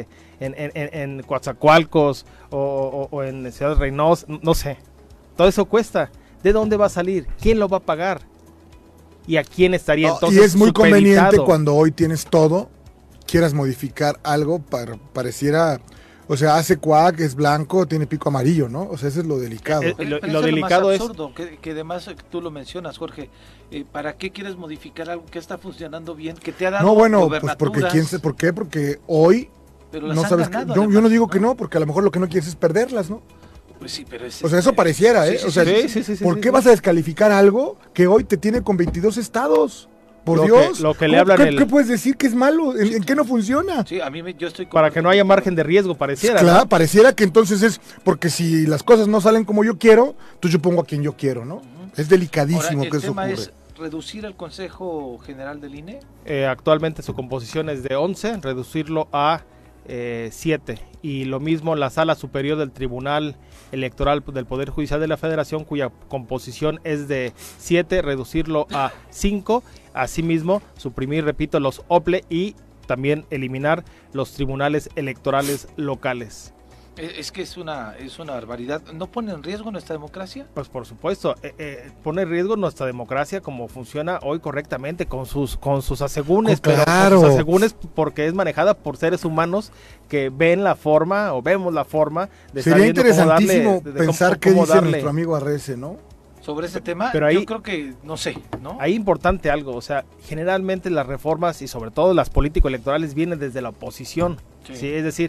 en Coatzacoalcos o en Ciudad de Reynosa, no sé. Todo eso cuesta. ¿De dónde va a salir? ¿Quién lo va a pagar? ¿Y a quién estaría entonces Y es muy supeditado? conveniente cuando hoy tienes todo, quieras modificar algo, pareciera... O sea, hace cuac, es blanco, tiene pico amarillo, ¿no? O sea, eso es lo delicado. Pero lo delicado es... absurdo, que además tú lo mencionas, Jorge. ¿Para qué quieres modificar algo que está funcionando bien, que te ha dado pues ¿por qué? Porque hoy no sabes ganado, yo no digo que no, porque a lo mejor lo que no quieres es perderlas, ¿no? Pues sí, pero o sea, eso pareciera, ¿eh? ¿Por qué vas a descalificar algo que hoy te tiene con 22 estados? Por Dios, lo que le hablan ¿qué puedes decir que es malo? ¿En qué no funciona? Sí, yo estoy para que no haya margen de riesgo, pareciera. Claro, ¿no? Pareciera que entonces es porque si las cosas no salen como yo quiero, entonces yo pongo a quien yo quiero, ¿no? Es delicadísimo. Ahora, que eso ocurre. ¿El tema es reducir el Consejo General del INE? Actualmente su composición es de 11, reducirlo a 7. Y lo mismo la Sala Superior del Tribunal Electoral del Poder Judicial de la Federación, cuya composición es de 7, reducirlo a 5. Asimismo, suprimir, repito, los OPLE y también eliminar los tribunales electorales locales. Es que es una barbaridad. ¿No pone en riesgo nuestra democracia? Pues por supuesto, pone en riesgo nuestra democracia como funciona hoy correctamente, con sus asegúnes, claro. Pero con sus asegúnes porque es manejada por seres humanos que ven la forma, o vemos la forma de Sería estar viendo interesantísimo pensar qué dice darle nuestro amigo Arrece, ¿no? Sobre ese tema, pero ahí, yo creo que, no sé, ¿no? Ahí importante algo, o sea, generalmente las reformas y sobre todo las político-electorales vienen desde la oposición, ¿sí? Es decir,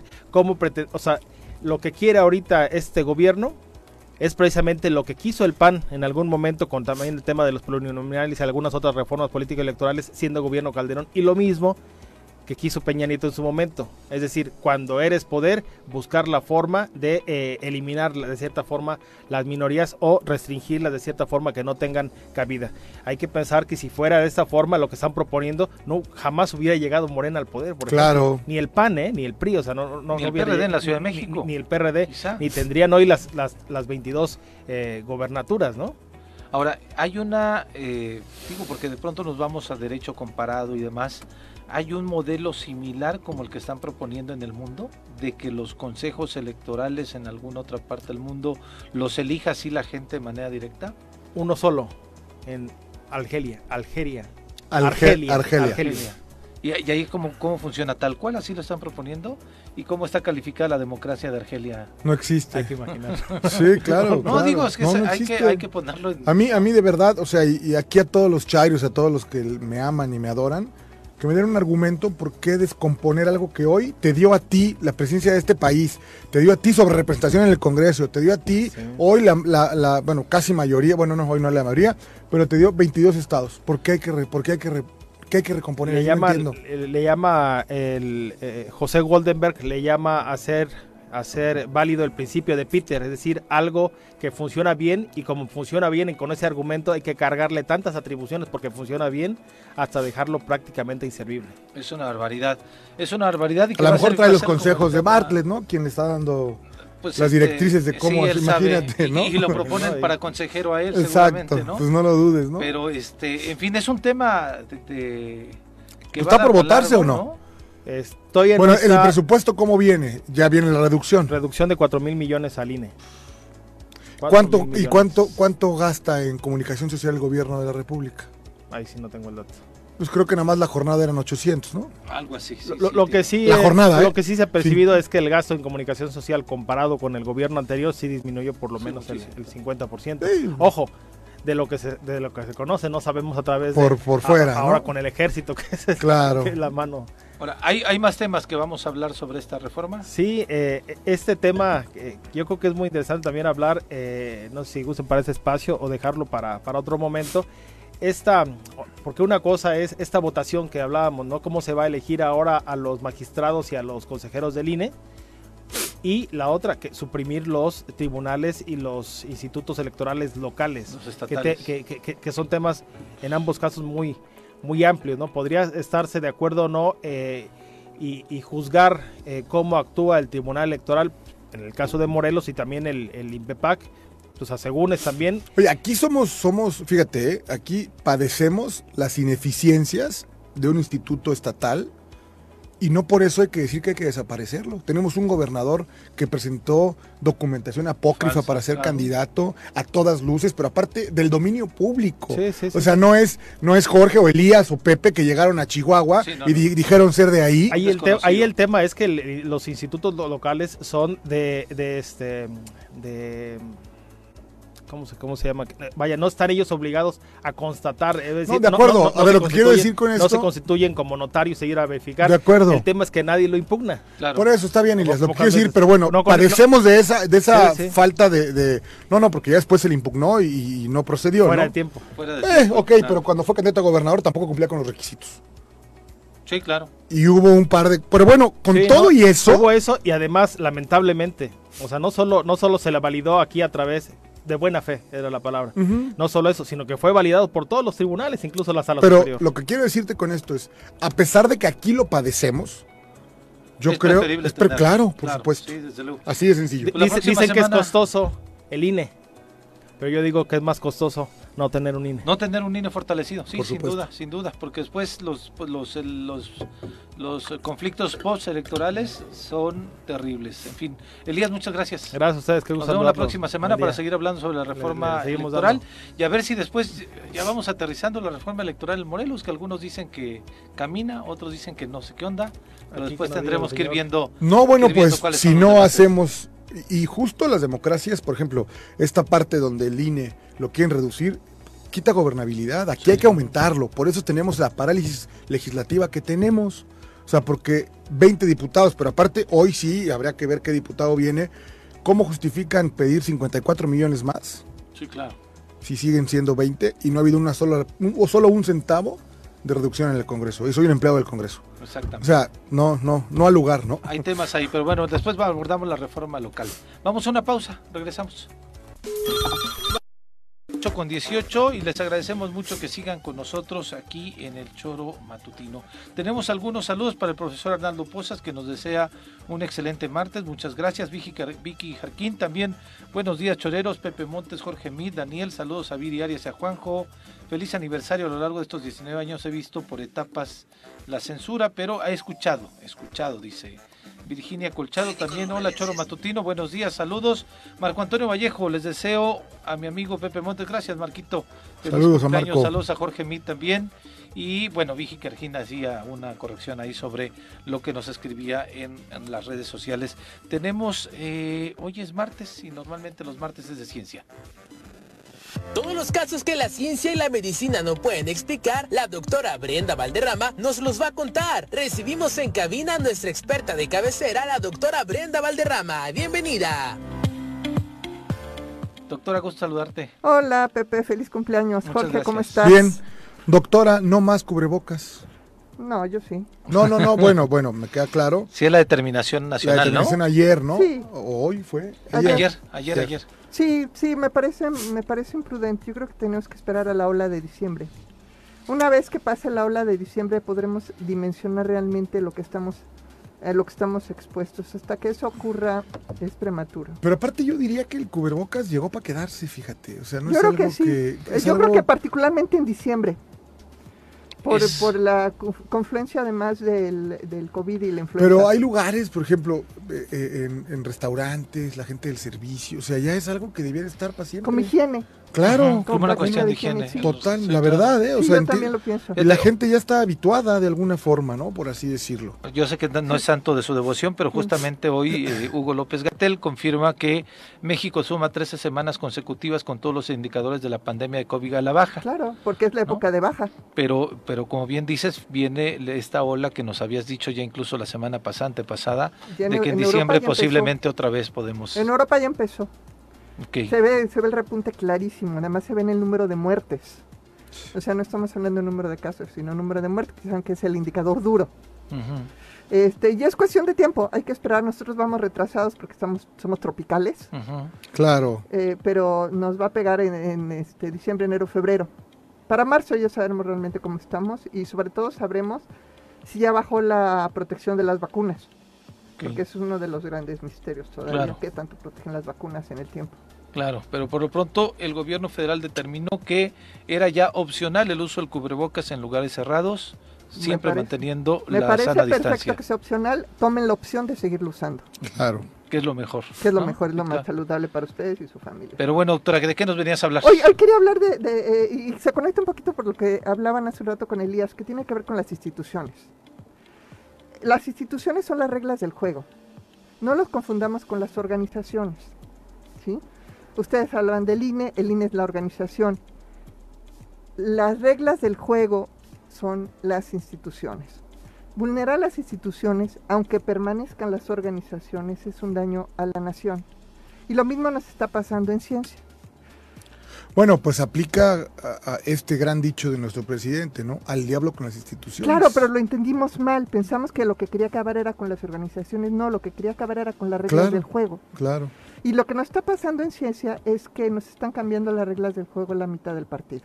lo que quiere ahorita este gobierno es precisamente lo que quiso el PAN en algún momento con también el tema de los plurinominales y algunas otras reformas político-electorales siendo gobierno Calderón, y lo mismo que quiso Peña Nieto en su momento, es decir, cuando eres poder, buscar la forma de eliminar de cierta forma las minorías o restringirlas de cierta forma que no tengan cabida. Hay que pensar que si fuera de esta forma lo que están proponiendo, no jamás hubiera llegado Morena al poder, por ejemplo, ni el PAN, ni el PRI, o sea, ni el PRD en la Ciudad de México, ni el PRD, ni tendrían hoy las 22 gobernaturas, ¿no? Ahora, hay una, porque de pronto nos vamos a derecho comparado y demás. ¿Hay un modelo similar como el que están proponiendo en el mundo? ¿De que los consejos electorales en alguna otra parte del mundo los elija así la gente de manera directa? Uno solo, en Argelia. ¿Y ahí cómo funciona? ¿Tal cual así lo están proponiendo? ¿Y cómo está calificada la democracia de Argelia? No existe. Hay que imaginar. Sí, claro. No, digo, es que no hay que ponerlo en... A mí de verdad, o sea, y aquí a todos los chairos, a todos los que me aman y me adoran, que me den un argumento por qué descomponer algo que hoy te dio a ti la presidencia de este país, te dio a ti sobre representación en el Congreso, te dio a ti hoy bueno, casi mayoría, bueno, no, hoy no es la mayoría, pero te dio 22 estados. ¿Por qué hay que recomponer? Le llama José Goldenberg, le llama a hacer válido el principio de Peter, es decir, algo que funciona bien, y como funciona bien y con ese argumento hay que cargarle tantas atribuciones porque funciona bien hasta dejarlo prácticamente inservible. Es una barbaridad. Y a lo mejor trae los consejos de Bartlett, ¿no? Quien le está dando las directrices de cómo, imagínate, ¿no? Y lo proponen para consejero a él. Exacto, seguramente, ¿no? Pues no lo dudes, ¿no? Pero, en fin, es un tema que ¿está por votarse o no? Bueno, ¿el presupuesto cómo viene? Ya viene la reducción. Reducción de 4,000 millones al INE. ¿Cuánto gasta en comunicación social el gobierno de la República? Ahí sí no tengo el dato. Pues creo que nada más la jornada eran 800, ¿no? Algo así. Lo que sí se ha percibido es que el gasto en comunicación social comparado con el gobierno anterior sí disminuyó por lo menos el 50%. Sí. Ojo, de lo que se conoce, no sabemos a través por fuera, ahora ¿no? con el ejército, que es claro. que es la mano Ahora, ¿hay más temas que vamos a hablar sobre esta reforma? Sí, este tema yo creo que es muy interesante también hablar, no sé si gusten para este espacio o dejarlo para otro momento. Porque una cosa es esta votación que hablábamos, ¿no? Cómo se va a elegir ahora a los magistrados y a los consejeros del INE. Y la otra, que suprimir los tribunales y los institutos electorales locales, los estatales, que son temas en ambos casos muy, muy amplios, ¿no? Podría estarse de acuerdo o no y juzgar cómo actúa el Tribunal Electoral, en el caso de Morelos y también el INPEPAC, pues asegúnes también. Oye, aquí somos, fíjate, aquí padecemos las ineficiencias de un instituto estatal y no por eso hay que decir que hay que desaparecerlo. Tenemos un gobernador que presentó documentación apócrifa para ser candidato a todas luces, pero aparte del dominio público. Sí. O sea, no es Jorge o Elías o Pepe que llegaron a Chihuahua dijeron ser de ahí. Ahí el tema es que los institutos locales son de ¿cómo se llama? Vaya, no están ellos obligados a constatar. Es decir, no, de acuerdo. A ver, lo que quiero decir con esto. No se constituyen como notarios e ir a verificar. De acuerdo. El tema es que nadie lo impugna. Claro. Por eso está bien, Elias. Lo que quiero decir, pero bueno, padecemos de esa falta de. No, porque ya después se le impugnó y no procedió. Fuera ¿no? de tiempo. Ok, claro. Pero cuando fue candidato a gobernador tampoco cumplía con los requisitos. Sí, claro. Y hubo un par de... Pero bueno, con todo y eso... Hubo eso y además, lamentablemente, o sea, no solo se le validó aquí a través... de buena fe, era la palabra. No solo eso, sino que fue validado por todos los tribunales, incluso la sala superior. Pero lo que quiero decirte con esto es, a pesar de que aquí lo padecemos, yo creo... Claro, por supuesto. Sí, desde luego. Así de sencillo. Dicen que es costoso el INE, pero yo digo que es más costoso no tener un INE. No tener un INE fortalecido, sí, sin duda, porque después los conflictos postelectorales son terribles. En fin, Elías, muchas gracias. Gracias a ustedes, que Nos vemos la próxima semana para seguir hablando sobre la reforma electoral y a ver si después ya vamos aterrizando la reforma electoral en Morelos, que algunos dicen que camina, otros dicen que no sé qué onda, pero aquí después tendremos que ir viendo. No, bueno, pues si no hacemos... Y justo las democracias, por ejemplo, esta parte donde el INE lo quieren reducir, quita gobernabilidad, aquí hay que aumentarlo, por eso tenemos la parálisis legislativa que tenemos, o sea, porque 20 diputados, pero aparte hoy sí habría que ver qué diputado viene, ¿cómo justifican pedir 54 millones más? Sí, claro. Si siguen siendo 20 y no ha habido solo un centavo de reducción en el Congreso, y soy un empleado del Congreso. Exactamente. O sea, no al lugar, ¿no? Hay temas ahí, pero bueno, después abordamos la reforma local. Vamos a una pausa, regresamos. 8:18 y les agradecemos mucho que sigan con nosotros aquí en el Choro Matutino. Tenemos algunos saludos para el profesor Arnaldo Pozas, que nos desea un excelente martes. Muchas gracias. Vicky Jarquín también. Buenos días, choreros. Pepe Montes, Jorge Mid, Daniel. Saludos a Viri Arias y a Juanjo. Feliz aniversario. A lo largo de estos 19 años he visto por etapas la censura, pero he escuchado, dice Virginia Colchado también. Hola, Choro Matutino, buenos días, saludos. Marco Antonio Vallejo, les deseo a mi amigo Pepe Montes, gracias Marquito. Saludos a Marco. Saludos a Jorge Mid también. Y bueno, Vicky Cargina hacía una corrección ahí sobre lo que nos escribía en las redes sociales. Tenemos, hoy es martes y normalmente los martes es de ciencia. Todos los casos que la ciencia y la medicina no pueden explicar, la doctora Brenda Valderrama nos los va a contar. Recibimos en cabina a nuestra experta de cabecera, la doctora Brenda Valderrama. Bienvenida. Doctora, gusto saludarte. Hola, Pepe, feliz cumpleaños. Muchas Jorge, gracias. ¿cómo estás? Bien. Doctora, no más cubrebocas. No, yo sí. No, bueno, me queda claro. Sí, es la determinación nacional, la determinación, ¿no? Ayer, ¿no? Sí. O hoy fue. Ayer. Sí, me parece imprudente. Yo creo que tenemos que esperar a la ola de diciembre. Una vez que pase la ola de diciembre podremos dimensionar realmente lo que estamos expuestos. Hasta que eso ocurra es prematuro. Pero aparte yo diría que el cubrebocas llegó para quedarse, fíjate. O sea, no yo es creo algo que sí. Yo creo que particularmente en diciembre. Por la confluencia además del COVID y la influenza. Pero hay lugares, por ejemplo, en restaurantes, la gente del servicio, o sea, ya es algo que debiera estar para siempre. Como higiene. Claro, como una cuestión de higiene. Total, Sí, la claro. verdad, ¿eh? O Sí, sea, yo también lo pienso. y la gente ya está habituada de alguna forma, ¿no? Por así decirlo. Yo sé que no es santo de su devoción, pero justamente hoy Hugo López-Gatell confirma que México suma 13 semanas consecutivas con todos los indicadores de la pandemia de COVID a la baja. Claro, porque es la época de baja. Pero como bien dices, viene esta ola que nos habías dicho ya incluso la semana antepasada, Ya de que en Europa diciembre ya posiblemente otra vez podemos... En Europa ya empezó. Okay. Se ve el repunte clarísimo, además se ve en el número de muertes. O sea, no estamos hablando de número de casos, sino número de muertes, que saben que es el indicador duro. Y es cuestión de tiempo, hay que esperar, nosotros vamos retrasados porque somos tropicales. Claro. Pero nos va a pegar en diciembre, enero, febrero. Para marzo ya sabremos realmente cómo estamos y sobre todo sabremos si ya bajó la protección de las vacunas. Porque es uno de los grandes misterios todavía, Claro. qué tanto protegen las vacunas en el tiempo. Claro, pero por lo pronto el gobierno federal determinó que era ya opcional el uso del cubrebocas en lugares cerrados, siempre manteniendo Me la parece sana perfecto distancia. que sea opcional, tomen la opción de seguirlo usando. Claro. Que es lo mejor. Que es lo ¿no? mejor, es lo más Claro. saludable para ustedes y su familia. Pero bueno, doctora, ¿de qué nos venías a hablar? Hoy quería hablar y se conecta un poquito por lo que hablaban hace un rato con Elías, que tiene que ver con las instituciones. Las instituciones son las reglas del juego. No los confundamos con las organizaciones, ¿sí? Ustedes hablan del INE, el INE es la organización. Las reglas del juego son las instituciones. Vulnerar las instituciones, aunque permanezcan las organizaciones, es un daño a la nación. Y lo mismo nos está pasando en ciencia. Bueno, pues aplica a este gran dicho de nuestro presidente, ¿no? Al diablo con las instituciones. Claro, pero lo entendimos mal. Pensamos que lo que quería acabar era con las organizaciones. No, lo que quería acabar era con las reglas del juego. Claro. Y lo que nos está pasando en ciencia es que nos están cambiando las reglas del juego a la mitad del partido.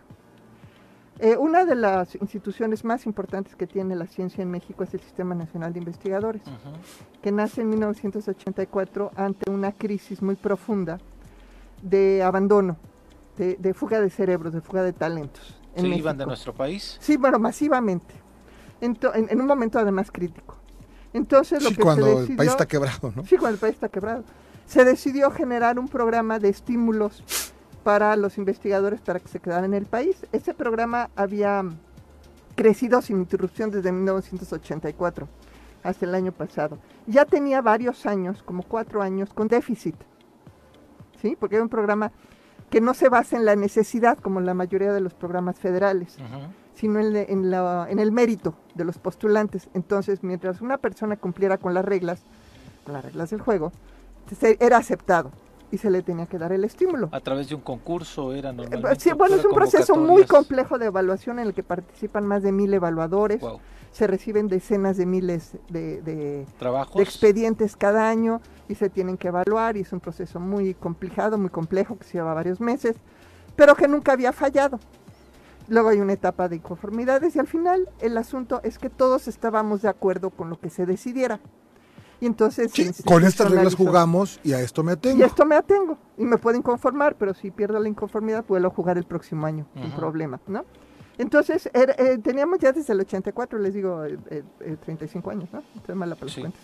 Una de las instituciones más importantes que tiene la ciencia en México es el Sistema Nacional de Investigadores, que nace en 1984 ante una crisis muy profunda de abandono, de fuga de cerebros, de fuga de talentos. ¿Se iban de nuestro país? Sí, bueno, masivamente, en un momento además crítico. Entonces, lo Sí, que cuando se decidió, el país está quebrado, ¿no? Sí, cuando el país está quebrado. Se decidió generar un programa de estímulos para los investigadores para que se quedaran en el país. Ese programa había crecido sin interrupción desde 1984 hasta el año pasado. Ya tenía varios años, como 4 años, con déficit, ¿sí? Porque era un programa que no se basa en la necesidad, como la mayoría de los programas federales, sino en el mérito de los postulantes. Entonces, mientras una persona cumpliera con las reglas del juego, era aceptado y se le tenía que dar el estímulo. A través de un concurso era normalmente. Sí, bueno, es un proceso muy convocatorias. complejo de evaluación en el que participan más de 1000 evaluadores. Wow. Se reciben decenas de miles de ¿Trabajos? de expedientes cada año y se tienen que evaluar, y es un proceso muy complicado, muy complejo, que se lleva varios meses, pero que nunca había fallado. Luego hay una etapa de inconformidades y al final el asunto es que todos estábamos de acuerdo con lo que se decidiera. Y entonces Con estas reglas jugamos y a esto me atengo. Y a esto me atengo. Y me pueden conformar, pero si pierdo la inconformidad, puedo jugar el próximo año, sin problema, ¿no? Entonces, teníamos ya desde el 84, les digo, 35 años, ¿no? Estoy mala para las cuentas.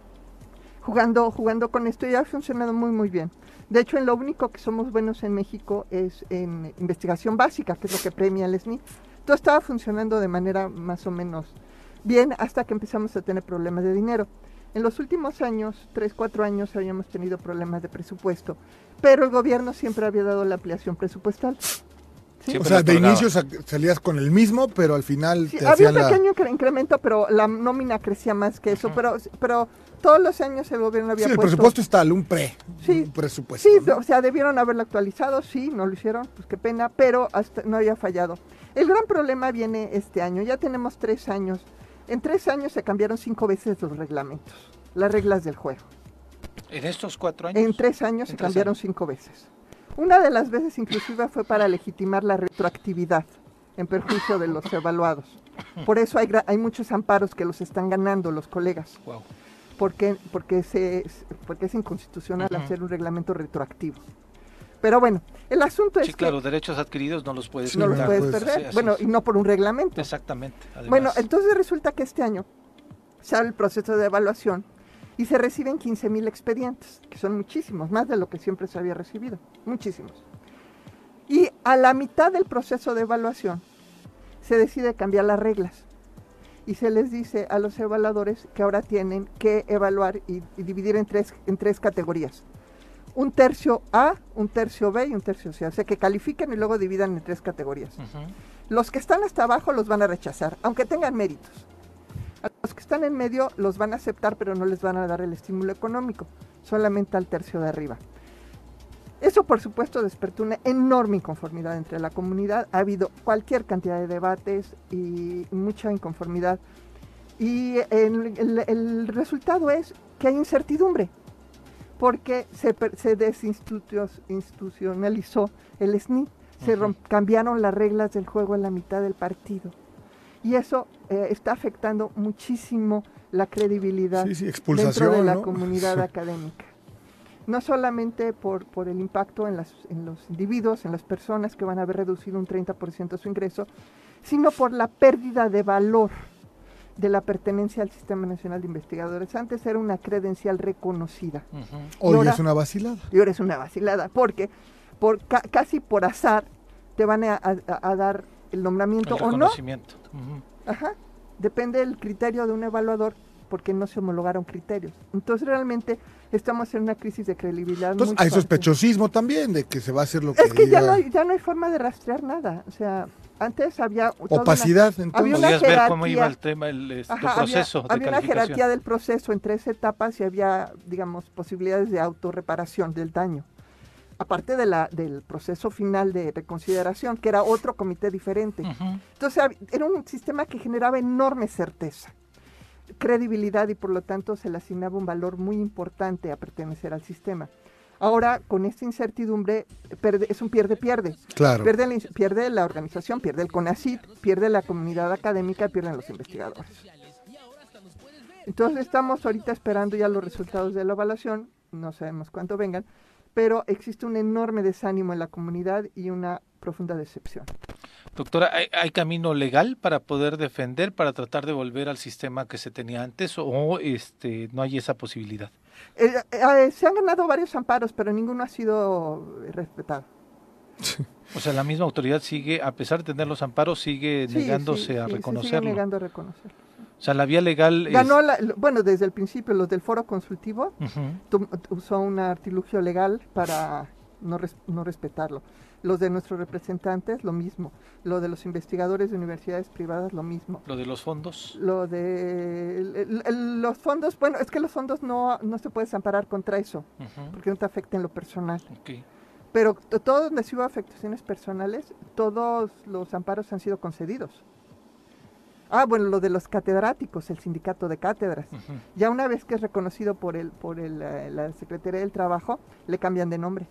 Jugando con esto, y ha funcionado muy, muy bien. De hecho, en lo único que somos buenos en México es en investigación básica, que es lo que premia el SNI. Todo estaba funcionando de manera más o menos bien hasta que empezamos a tener problemas de dinero. En los últimos años, 3, 4 años, habíamos tenido problemas de presupuesto, pero el gobierno siempre había dado la ampliación presupuestal. ¿Sí? O sea, de inicio salías con el mismo, pero al final Sí, te había hacían un pequeño incremento, pero la nómina crecía más que eso, pero todos los años el gobierno había Sí, el puesto... presupuesto está, un presupuesto. Sí, o sea, debieron haberlo actualizado, sí, no lo hicieron, pues qué pena, pero hasta no había fallado. El gran problema viene este año, ya tenemos 3 años. En 3 años se cambiaron 5 veces los reglamentos, las reglas del juego. ¿En estos 4 años? En 3 años se cambiaron 5 veces. Una de las veces inclusive fue para legitimar la retroactividad en perjuicio de los evaluados. Por eso hay muchos amparos que los están ganando los colegas. Wow. Porque es inconstitucional hacer un reglamento retroactivo. Pero bueno, el asunto es Sí, claro, derechos adquiridos no los puedes no los puedes perder. Bueno, y no por un reglamento. Exactamente. Además. Bueno, entonces resulta que este año se abre el proceso de evaluación y se reciben 15,000 expedientes, que son muchísimos, más de lo que siempre se había recibido, muchísimos. Y a la mitad del proceso de evaluación se decide cambiar las reglas y se les dice a los evaluadores que ahora tienen que evaluar y dividir en tres categorías. Un tercio A, un tercio B y un tercio C. O sea, que califiquen y luego dividan en 3 categorías. Los que están hasta abajo los van a rechazar, aunque tengan méritos. A los que están en medio los van a aceptar, pero no les van a dar el estímulo económico, solamente al tercio de arriba. Eso, por supuesto, despertó una enorme inconformidad entre la comunidad. Ha habido cualquier cantidad de debates y mucha inconformidad. Y el resultado es que hay incertidumbre, porque se desinstitucionalizó el SNI, cambiaron las reglas del juego en la mitad del partido. Y eso está afectando muchísimo la credibilidad dentro de la comunidad académica. No solamente por el impacto en los individuos, en las personas que van a haber reducido un 30% su ingreso, sino por la pérdida de valor de la pertenencia al Sistema Nacional de Investigadores. Antes era una credencial reconocida. Hoy es una vacilada. Y ahora es una vacilada, porque casi por azar te van a dar el nombramiento o no. Ajá. Depende del criterio de un evaluador, porque no se homologaron criterios. Entonces realmente estamos en una crisis de credibilidad. Entonces hay sospechosismo también de que se va a hacer lo que es que diga. ya no hay forma de rastrear nada. O sea, antes había opacidad. Entonces podías ver cómo iba el tema, el proceso de había una jerarquía del proceso en 3 etapas y había, digamos, posibilidades de autorreparación del daño. Aparte del proceso final de reconsideración, que era otro comité diferente. Entonces era un sistema que generaba enorme certeza, credibilidad, y por lo tanto se le asignaba un valor muy importante a pertenecer al sistema. Ahora, con esta incertidumbre, es un pierde-pierde. Claro. Pierde la organización, pierde el CONACYT, pierde la comunidad académica, pierden los investigadores. Entonces estamos ahorita esperando ya los resultados de la evaluación, no sabemos cuánto vengan, pero existe un enorme desánimo en la comunidad y una profunda decepción. Doctora, ¿hay camino legal para poder defender, para tratar de volver al sistema que se tenía antes, o no hay esa posibilidad? Se han ganado varios amparos, pero ninguno ha sido respetado. O sea, la misma autoridad sigue, a pesar de tener los amparos, sigue negándose a reconocerlo. Se sigue negando a reconocerlo. O sea, la vía legal ganó bueno, desde el principio los del foro consultivo usó un artilugio legal para no respetarlo. Los de nuestros representantes, lo mismo. Lo de los investigadores de universidades privadas, lo mismo. ¿Lo de los fondos? Lo de los fondos, bueno, es que los fondos no se puede amparar contra eso, porque no te afecta en lo personal. Pero todo donde sí hubo afectaciones personales, todos los amparos han sido concedidos. Bueno, lo de los catedráticos, el sindicato de cátedras. Ya una vez que es reconocido por la Secretaría del Trabajo, le cambian de nombre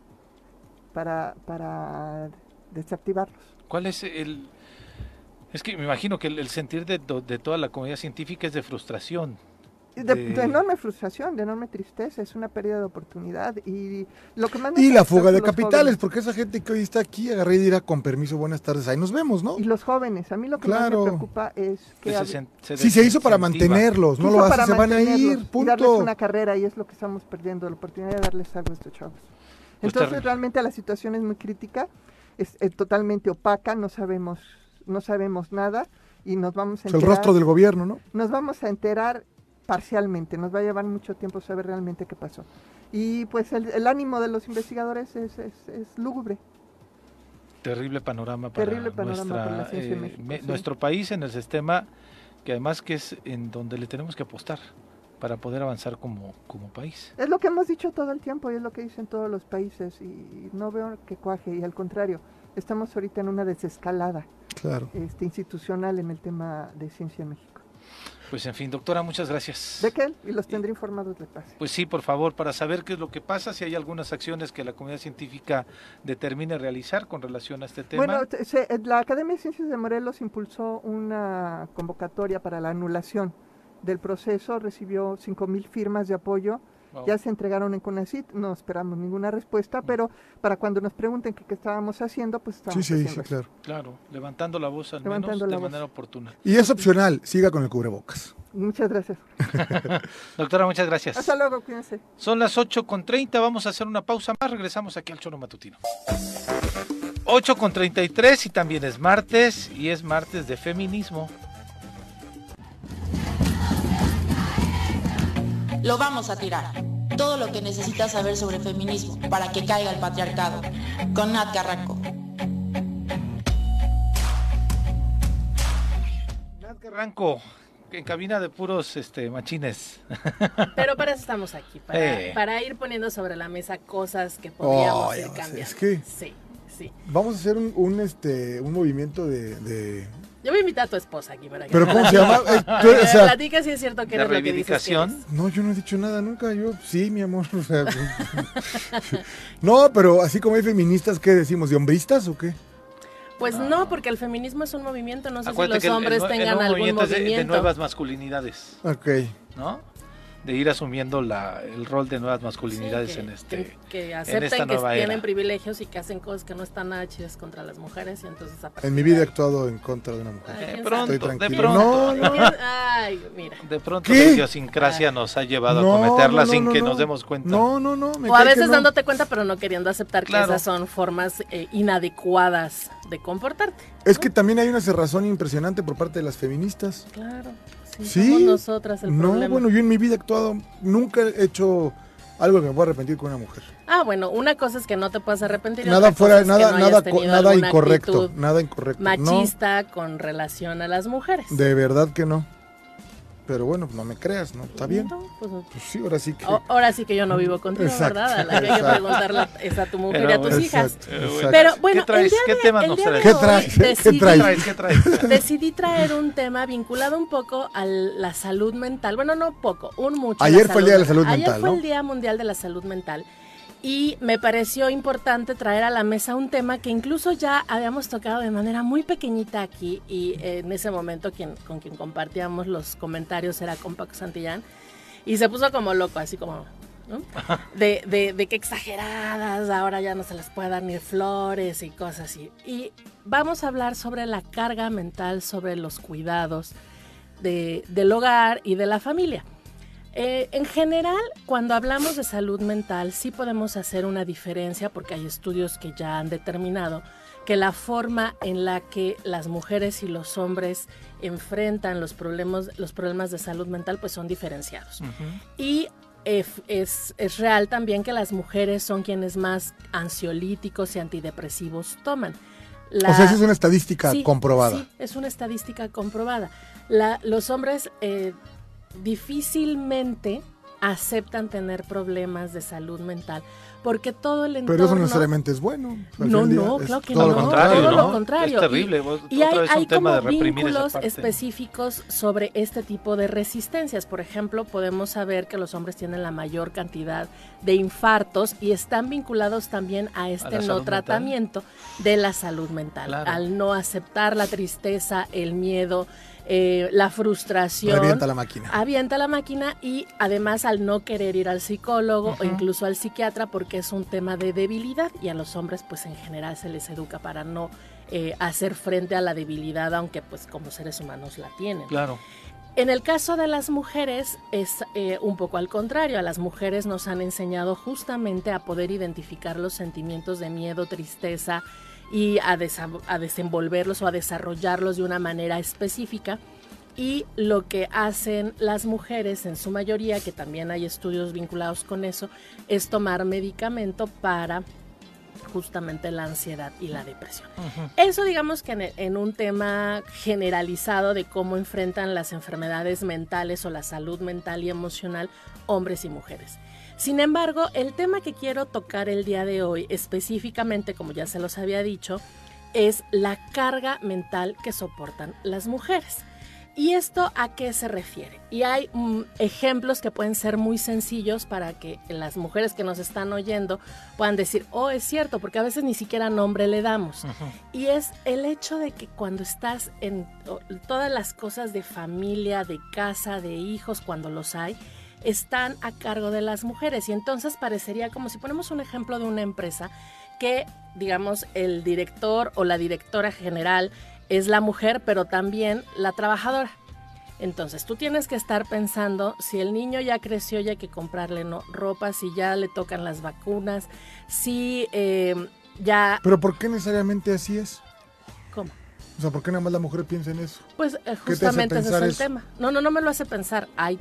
para desactivarlos. ¿Cuál es Es que me imagino que el sentir de toda la comunidad científica es de frustración. De enorme frustración, de enorme tristeza, es una pérdida de oportunidad y lo que más y la fuga de capitales, jóvenes. Porque esa gente que hoy está aquí agarré y dirá con permiso, buenas tardes, ahí nos vemos, ¿no? Y los jóvenes, a mí lo que más me preocupa es que se hizo para mantenerlos, no lo hace, se van a ir, punto. Y darles una carrera, y es lo que estamos perdiendo, la oportunidad de darles algo a estos chavos. Entonces realmente la situación es muy crítica, es totalmente opaca, no sabemos nada y nos vamos a enterar. Es el rostro del gobierno, ¿no? Nos vamos a enterar parcialmente, nos va a llevar mucho tiempo saber realmente qué pasó. Y pues el ánimo de los investigadores es lúgubre. Terrible panorama para la ciencia en México, nuestro país en el sistema, que además que es en donde le tenemos que apostar para poder avanzar como país. Es lo que hemos dicho todo el tiempo y es lo que dicen todos los países y no veo que cuaje, y al contrario, estamos ahorita en una desescalada institucional en el tema de ciencia en México. Pues en fin, doctora, muchas gracias. ¿De qué? Y los tendré informados de pase. Pues sí, por favor, para saber qué es lo que pasa, si hay algunas acciones que la comunidad científica determine realizar con relación a este tema. Bueno, la Academia de Ciencias de Morelos impulsó una convocatoria para la anulación del proceso, recibió 5,000 firmas de apoyo. Wow. Ya se entregaron en CONACYT, no esperamos ninguna respuesta, pero para cuando nos pregunten qué estábamos haciendo, pues estamos haciendo eso. Claro. Claro, levantando la voz al menos de manera oportuna. Y es opcional, siga con el cubrebocas. Muchas gracias. Doctora, muchas gracias. Hasta luego, cuídense. Son las 8:30, vamos a hacer una pausa más, regresamos aquí al Choro Matutino. 8:33 y también es martes de feminismo. Lo vamos a tirar. Todo lo que necesitas saber sobre feminismo para que caiga el patriarcado. Con Nat Carranco. Nat Carranco, en cabina de puros machines. Pero para eso estamos aquí, para ir poniendo sobre la mesa cosas que podríamos ir cambiando. Es que sí. Vamos a hacer un movimiento de... Yo voy a invitar a tu esposa aquí para que... ¿Pero cómo se llama? Platica si es cierto que eres lo que dices que eres. No, yo no he dicho nada nunca. Yo, sí, mi amor. O sea, no, pero así como hay feministas, ¿qué decimos? ¿De hombristas o qué? Pues no, porque el feminismo es un movimiento. No sé si los hombres tengan algún movimiento. De nuevas masculinidades. Ok. ¿No? De ir asumiendo el rol de nuevas masculinidades que acepten en esta que nueva tienen era. privilegios y que hacen cosas que no están nada chidas contra las mujeres y entonces en mi vida he actuado en contra de una mujer. Estoy tranquilo. No. Ay, mira. De pronto la idiosincrasia nos ha llevado a cometerla sin que nos demos cuenta. No. O a veces dándote cuenta pero no queriendo aceptar que esas son formas inadecuadas de comportarte. Es que también hay una cerrazón impresionante por parte de las feministas. Claro. Sí, somos nosotras el problema. No, bueno, yo en mi vida he actuado, nunca he hecho algo que me pueda arrepentir con una mujer. Ah, bueno, una cosa es que no te puedas arrepentir. Nada fuera, nada incorrecto. Nada incorrecto. Machista con relación a las mujeres. De verdad que no. Pero bueno, no me creas, ¿no? Está bien. No, pues sí, ahora sí que... Ahora sí que yo no vivo contigo, exacto, ¿verdad? A la que hay que preguntarle es a tu mujer y a tus hijas. Exacto. Pero bueno, ¿Qué tema nos traes? ¿Qué traes? Decidí traer un tema vinculado un poco a la salud mental. Bueno, no poco, mucho. Ayer fue el Día de la Salud Mental, Ayer fue el Día Mundial de la Salud Mental. Y me pareció importante traer a la mesa un tema que incluso ya habíamos tocado de manera muy pequeñita aquí y en ese momento con quien compartíamos los comentarios era con Paco Santillán y se puso como loco, así como, ¿no? de que exageradas, ahora ya no se les puede dar ni flores y cosas así. Y vamos a hablar sobre la carga mental, sobre los cuidados del hogar y de la familia. En general, cuando hablamos de salud mental, sí podemos hacer una diferencia porque hay estudios que ya han determinado que la forma en la que las mujeres y los hombres enfrentan los problemas de salud mental pues son diferenciados. Y es real también que las mujeres son quienes más ansiolíticos y antidepresivos toman. O sea, esa es una estadística comprobada. Sí, es una estadística comprobada. Los hombres... difícilmente aceptan tener problemas de salud mental porque todo el entorno... Pero eso no necesariamente es bueno. No, claro que no. Todo lo contrario. Es terrible. Y hay como vínculos específicos sobre este tipo de resistencias. Por ejemplo, podemos saber que los hombres tienen la mayor cantidad de infartos y están vinculados también a no tratamiento de la salud mental. Claro. Al no aceptar la tristeza, el miedo, la frustración. Avienta la máquina y además al no querer ir al psicólogo o incluso al psiquiatra porque es un tema de debilidad y a los hombres pues en general se les educa para no hacer frente a la debilidad, aunque pues como seres humanos la tienen. Claro. En el caso de las mujeres es un poco al contrario. A las mujeres nos han enseñado justamente a poder identificar los sentimientos de miedo, tristeza y a desenvolverlos o a desarrollarlos de una manera específica. Y lo que hacen las mujeres en su mayoría, que también hay estudios vinculados con eso, es tomar medicamento para justamente la ansiedad y la depresión. Eso digamos que en un tema generalizado de cómo enfrentan las enfermedades mentales o la salud mental y emocional hombres y mujeres. Sin embargo, el tema que quiero tocar el día de hoy, específicamente, como ya se los había dicho, es la carga mental que soportan las mujeres. ¿Y esto a qué se refiere? Y hay ejemplos que pueden ser muy sencillos para que las mujeres que nos están oyendo puedan decir, oh, es cierto, porque a veces ni siquiera nombre le damos. Y es el hecho de que cuando estás en todas las cosas de familia, de casa, de hijos, cuando los hay, están a cargo de las mujeres y entonces parecería como si ponemos un ejemplo de una empresa que, digamos, el director o la directora general es la mujer, pero también la trabajadora. Entonces tú tienes que estar pensando si el niño ya creció y hay que comprarle ropa, si ya le tocan las vacunas, si ya... ¿Pero por qué necesariamente así es? ¿Cómo? O sea, ¿por qué nada más la mujer piensa en eso? Pues justamente ese es el tema. No me lo hace pensar. Hay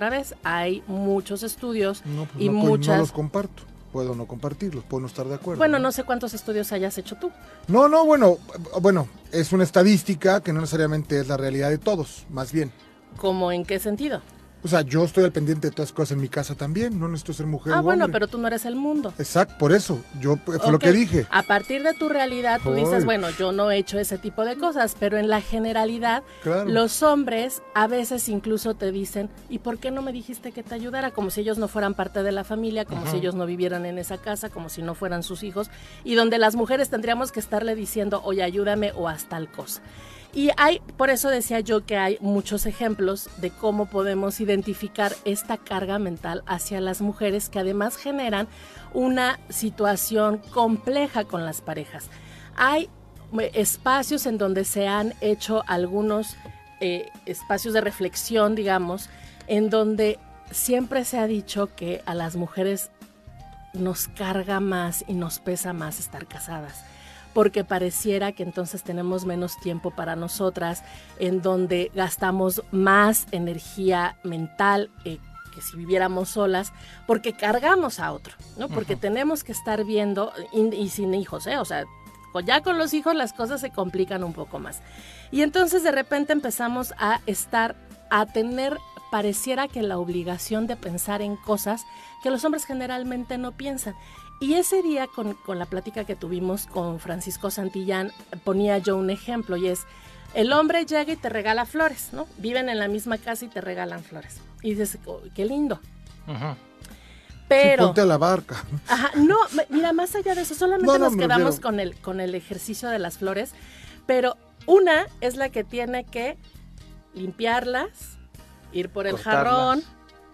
muchos estudios y muchas... No los comparto. Puedo no compartirlos, puedo no estar de acuerdo. Bueno, no sé cuántos estudios hayas hecho tú. Bueno, es una estadística que no necesariamente es la realidad de todos, más bien. ¿Cómo en qué sentido? O sea, yo estoy al pendiente de todas las cosas en mi casa también, no necesito ser mujer o bueno, hombre. pero tú no eres el mundo. Exacto, por eso, fue lo que dije. A partir de tu realidad, tú dices, bueno, yo no he hecho ese tipo de cosas, pero en la generalidad, claro, los hombres a veces incluso te dicen, ¿y por qué no me dijiste que te ayudara? Como si ellos no fueran parte de la familia, como si ellos no vivieran en esa casa, como si no fueran sus hijos, y donde las mujeres tendríamos que estarle diciendo, oye, ayúdame o haz tal cosa. Y por eso decía yo que hay muchos ejemplos de cómo podemos identificar esta carga mental hacia las mujeres que además generan una situación compleja con las parejas. Hay espacios en donde se han hecho algunos espacios de reflexión, digamos, en donde siempre se ha dicho que a las mujeres nos carga más y nos pesa más estar casadas, porque pareciera que entonces tenemos menos tiempo para nosotras, en donde gastamos más energía mental que si viviéramos solas, porque cargamos a otro, ¿no? Porque tenemos que estar viendo, y sin hijos, o sea, ya con los hijos las cosas se complican un poco más. Y entonces de repente empezamos a tener, pareciera que la obligación de pensar en cosas que los hombres generalmente no piensan. Y ese día, con la plática que tuvimos con Francisco Santillán, ponía yo un ejemplo, y es, el hombre llega y te regala flores, ¿no? Viven en la misma casa y te regalan flores. Y dices, oh, qué lindo. Pero... Sí, ponte a la barca. No, mira, más allá de eso, solamente nos quedamos con el ejercicio de las flores, pero una es la que tiene que limpiarlas, ir por el jarrón,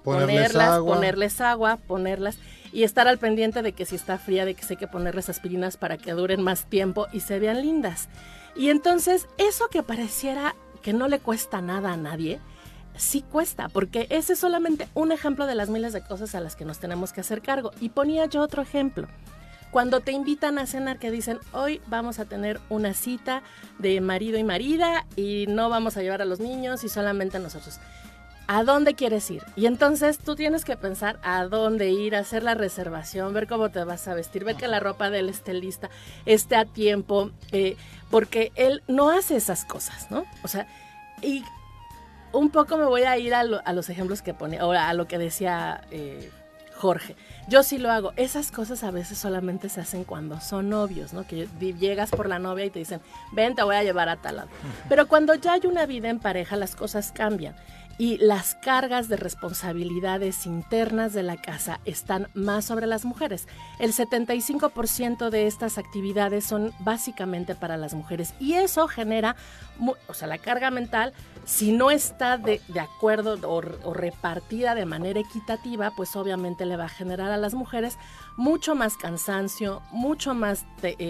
ponerles agua, y estar al pendiente de que si está fría, de que hay que ponerles aspirinas para que duren más tiempo y se vean lindas. Y entonces, eso que pareciera que no le cuesta nada a nadie, sí cuesta, porque ese es solamente un ejemplo de las miles de cosas a las que nos tenemos que hacer cargo. Y ponía yo otro ejemplo. Cuando te invitan a cenar, que dicen, hoy vamos a tener una cita de marido y marida y no vamos a llevar a los niños y solamente nosotros. ¿A dónde quieres ir? Y entonces tú tienes que pensar a dónde ir, hacer la reservación, ver cómo te vas a vestir, ver que la ropa de él esté lista, esté a tiempo, porque él no hace esas cosas, ¿no? O sea, y un poco me voy a ir a los ejemplos que pone, ahora a lo que decía Jorge. Yo sí lo hago. Esas cosas a veces solamente se hacen cuando son novios, ¿no? Que llegas por la novia y te dicen, ven, te voy a llevar a tal lado. Pero cuando ya hay una vida en pareja, las cosas cambian. Y las cargas de responsabilidades internas de la casa están más sobre las mujeres. El 75% de estas actividades son básicamente para las mujeres. Y eso genera, la carga mental, si no está de acuerdo o repartida de manera equitativa, pues obviamente le va a generar a las mujeres mucho más cansancio, mucho más...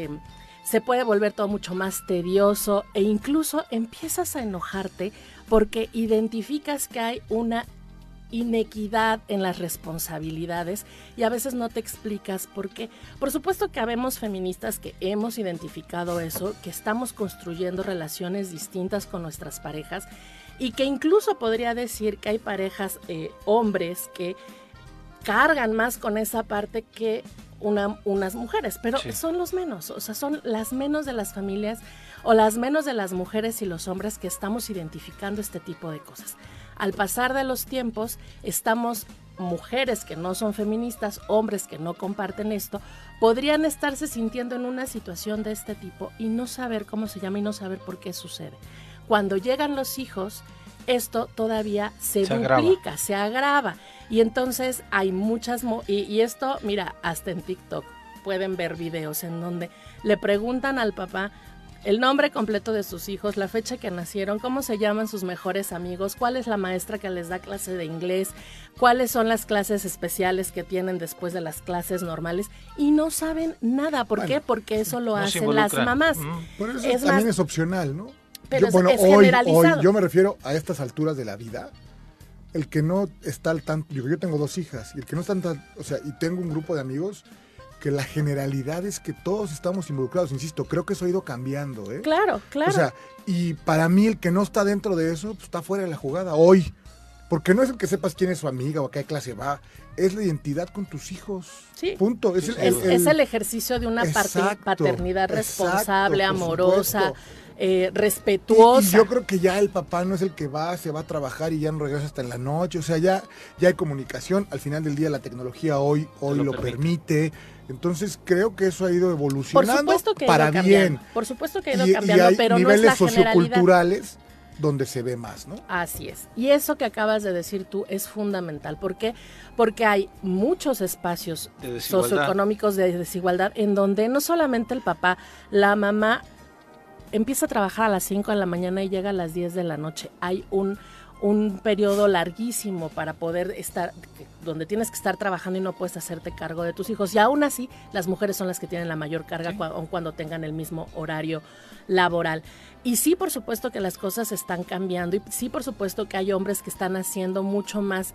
se puede volver todo mucho más tedioso e incluso empiezas a enojarte porque identificas que hay una inequidad en las responsabilidades y a veces no te explicas por qué. Por supuesto que habemos feministas que hemos identificado eso, que estamos construyendo relaciones distintas con nuestras parejas y que incluso podría decir que hay parejas, hombres, que cargan más con esa parte que unas mujeres, pero son los menos, o sea, son las menos de las familias o las menos de las mujeres y los hombres que estamos identificando este tipo de cosas. Al pasar de los tiempos, estamos mujeres que no son feministas, hombres que no comparten esto, podrían estarse sintiendo en una situación de este tipo y no saber cómo se llama y no saber por qué sucede. Cuando llegan los hijos, esto todavía se duplica, se agrava. Y entonces hay muchas... Y esto, mira, hasta en TikTok pueden ver videos en donde le preguntan al papá el nombre completo de sus hijos, la fecha que nacieron, cómo se llaman sus mejores amigos, cuál es la maestra que les da clase de inglés, cuáles son las clases especiales que tienen después de las clases normales, y no saben nada. ¿Por qué? Porque eso lo hacen las mamás. Por eso también es opcional, ¿no? Pero es generalizado. Hoy yo me refiero a estas alturas de la vida, el que no está al tanto, yo tengo 2 hijas, y el que no está al tanto, o sea, y tengo un grupo de amigos que la generalidad es que todos estamos involucrados, insisto, creo que eso ha ido cambiando, ¿eh? Claro, claro. O sea, y para mí el que no está dentro de eso, pues está fuera de la jugada hoy. Porque no es el que sepas quién es su amiga o a qué clase va, es la identidad con tus hijos. Sí. Punto. Es el ejercicio de una paternidad responsable, amorosa, respetuosa. Y yo creo que ya el papá no es el que se va a trabajar y ya no regresa hasta en la noche. O sea, ya hay comunicación. Al final del día la tecnología hoy lo permite. Entonces creo que eso ha ido evolucionando para bien. Por supuesto que ha ido cambiando, pero no es la generalidad. Niveles socioculturales donde se ve más, ¿no? Así es. Y eso que acabas de decir tú es fundamental. ¿Por qué? Porque hay muchos espacios socioeconómicos de desigualdad en donde no solamente el papá, la mamá empieza a trabajar a las 5 de la mañana y llega a las 10 de la noche. Hay un periodo larguísimo para poder estar, donde tienes que estar trabajando y no puedes hacerte cargo de tus hijos. Y aún así, las mujeres son las que tienen la mayor carga aun cuando tengan el mismo horario laboral. Y sí, por supuesto que las cosas están cambiando y sí, por supuesto que hay hombres que están haciendo mucho más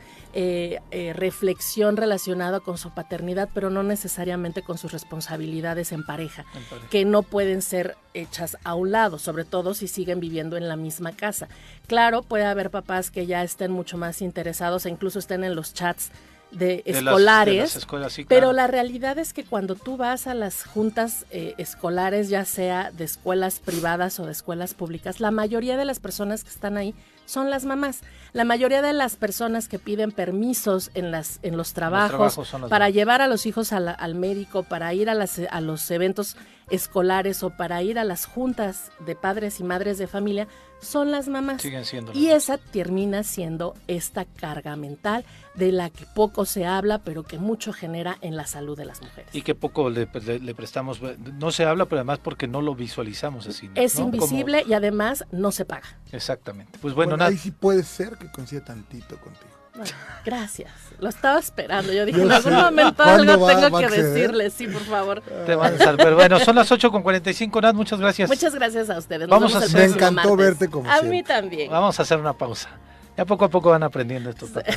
reflexión relacionada con su paternidad, pero no necesariamente con sus responsabilidades en pareja, que no pueden ser hechas a un lado, sobre todo si siguen viviendo en la misma casa. Claro, puede haber papás que ya estén mucho más interesados e incluso estén en los chats de escolares, las escuelas, sí, pero claro. La realidad es que cuando tú vas a las juntas escolares, ya sea de escuelas privadas o de escuelas públicas, la mayoría de las personas que están ahí son las mamás. La mayoría de las personas que piden permisos en los trabajos para llevar a los hijos al médico, para ir a los eventos escolares o para ir a las juntas de padres y madres de familia, son las mamás. Siguen siendo. Y esa termina siendo esta carga mental de la que poco se habla, pero que mucho genera en la salud de las mujeres. Y que poco le prestamos, no se habla, pero además porque no lo visualizamos así, ¿no? Es invisible y además no se paga. Exactamente. Pues bueno, ahí sí puede ser que coincida tantito contigo. Bueno, gracias, lo estaba esperando. Yo dije, en algún momento algo tengo que decirle. Sí, por favor. Te van a salvar. Bueno, son las 8:45, Nat, muchas gracias. Muchas gracias a ustedes. Me encantó verte como siempre. A mí también. Vamos a hacer una pausa. Ya poco a poco van aprendiendo estos papás.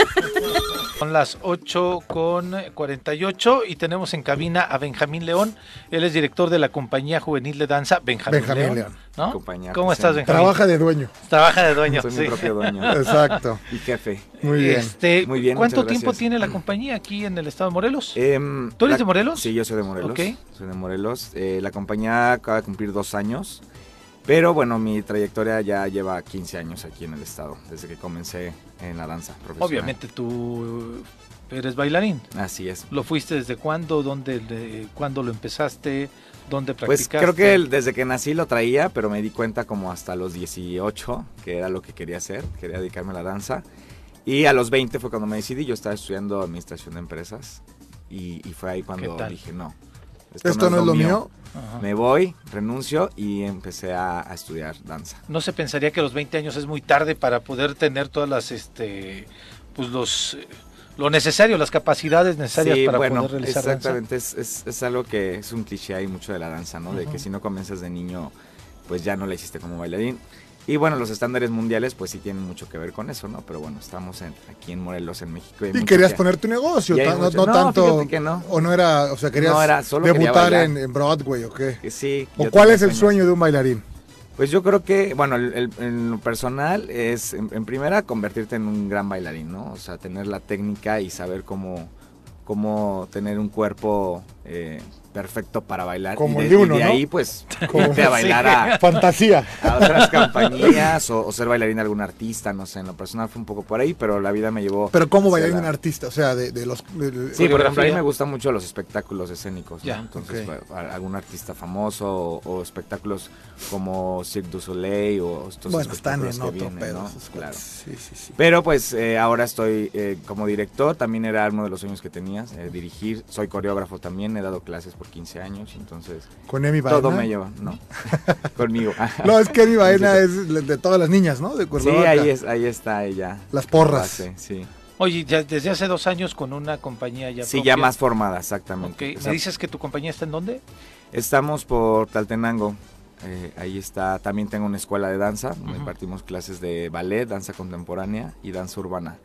Son las 8:48 y tenemos en cabina a Benjamín León. Él es director de la compañía juvenil de danza Benjamín León. ¿No? ¿Cómo estás, Benjamín? Trabaja de dueño. Soy mi propio dueño. Exacto. Y jefe. Muy bien. Muy bien. ¿Cuánto tiempo tiene la compañía aquí en el estado de Morelos? ¿Tú eres de Morelos? Sí, yo soy de Morelos. Okay. Soy de Morelos. La compañía acaba de cumplir 2 años. Pero bueno, mi trayectoria ya lleva 15 años aquí en el estado, desde que comencé en la danza profesional. Obviamente tú eres bailarín. Así es. ¿Lo fuiste desde cuándo? ¿Cuándo lo empezaste? ¿Dónde practicaste? Pues creo que desde que nací lo traía, pero me di cuenta como hasta los 18 que era lo que quería hacer, quería dedicarme a la danza. Y a los 20 fue cuando me decidí, yo estaba estudiando administración de empresas y fue ahí cuando dije no. ¿Esto no es lo mío? Ajá. Me voy, renuncio y empecé a estudiar danza. ¿No se pensaría que a los 20 años es muy tarde para poder tener todas las, lo necesario, las capacidades necesarias para poder realizar exactamente, danza? Es algo que es un cliché ahí mucho de la danza, ¿no? De que si no comienzas de niño, pues ya no la hiciste como bailarín. Y bueno, los estándares mundiales pues sí tienen mucho que ver con eso, ¿no? Pero bueno, estamos aquí en Morelos, en México. Y querías poner tu negocio, no tanto, que no. O no era, o sea, querías debutar en Broadway, ¿o qué? Sí. ¿O cuál es el sueño de un bailarín? Pues yo creo que, bueno, en lo personal es, en primera, convertirte en un gran bailarín, ¿no? O sea, tener la técnica y saber cómo tener un cuerpo perfecto para bailar. Como el de uno, y de ¿no? ahí, pues, irte a bailar fantasía a otras compañías o ser bailarín de algún artista, no sé. En lo personal fue un poco por ahí, pero la vida me llevó... Pero ¿cómo bailarín de un artista? O sea, Sí, por ejemplo, a mí me gustan mucho los espectáculos escénicos, ¿no? Ya, entonces, algún artista famoso o espectáculos como Cirque du Soleil o estos espectáculos que vienen, ¿no? Claro. Sí. Pero pues ahora estoy como director, también era uno de los sueños que tenía, dirigir, soy coreógrafo también, he dado clases por 15 años, entonces ¿con Emi Baena? Todo me lleva, ¿no? Conmigo. No, es que Emi Baena es de todas las niñas, ¿no? De Cuernavaca. Sí, ahí está ella. Las porras. Sí. Oye, ya desde hace 2 años con una compañía ya Sí, propia. ya más formada, exactamente. Okay. ¿Me dices que tu compañía está en dónde? Estamos por Tlaltenango. Ahí está, también tengo una escuela de danza, donde impartimos clases de ballet, danza contemporánea y danza urbana.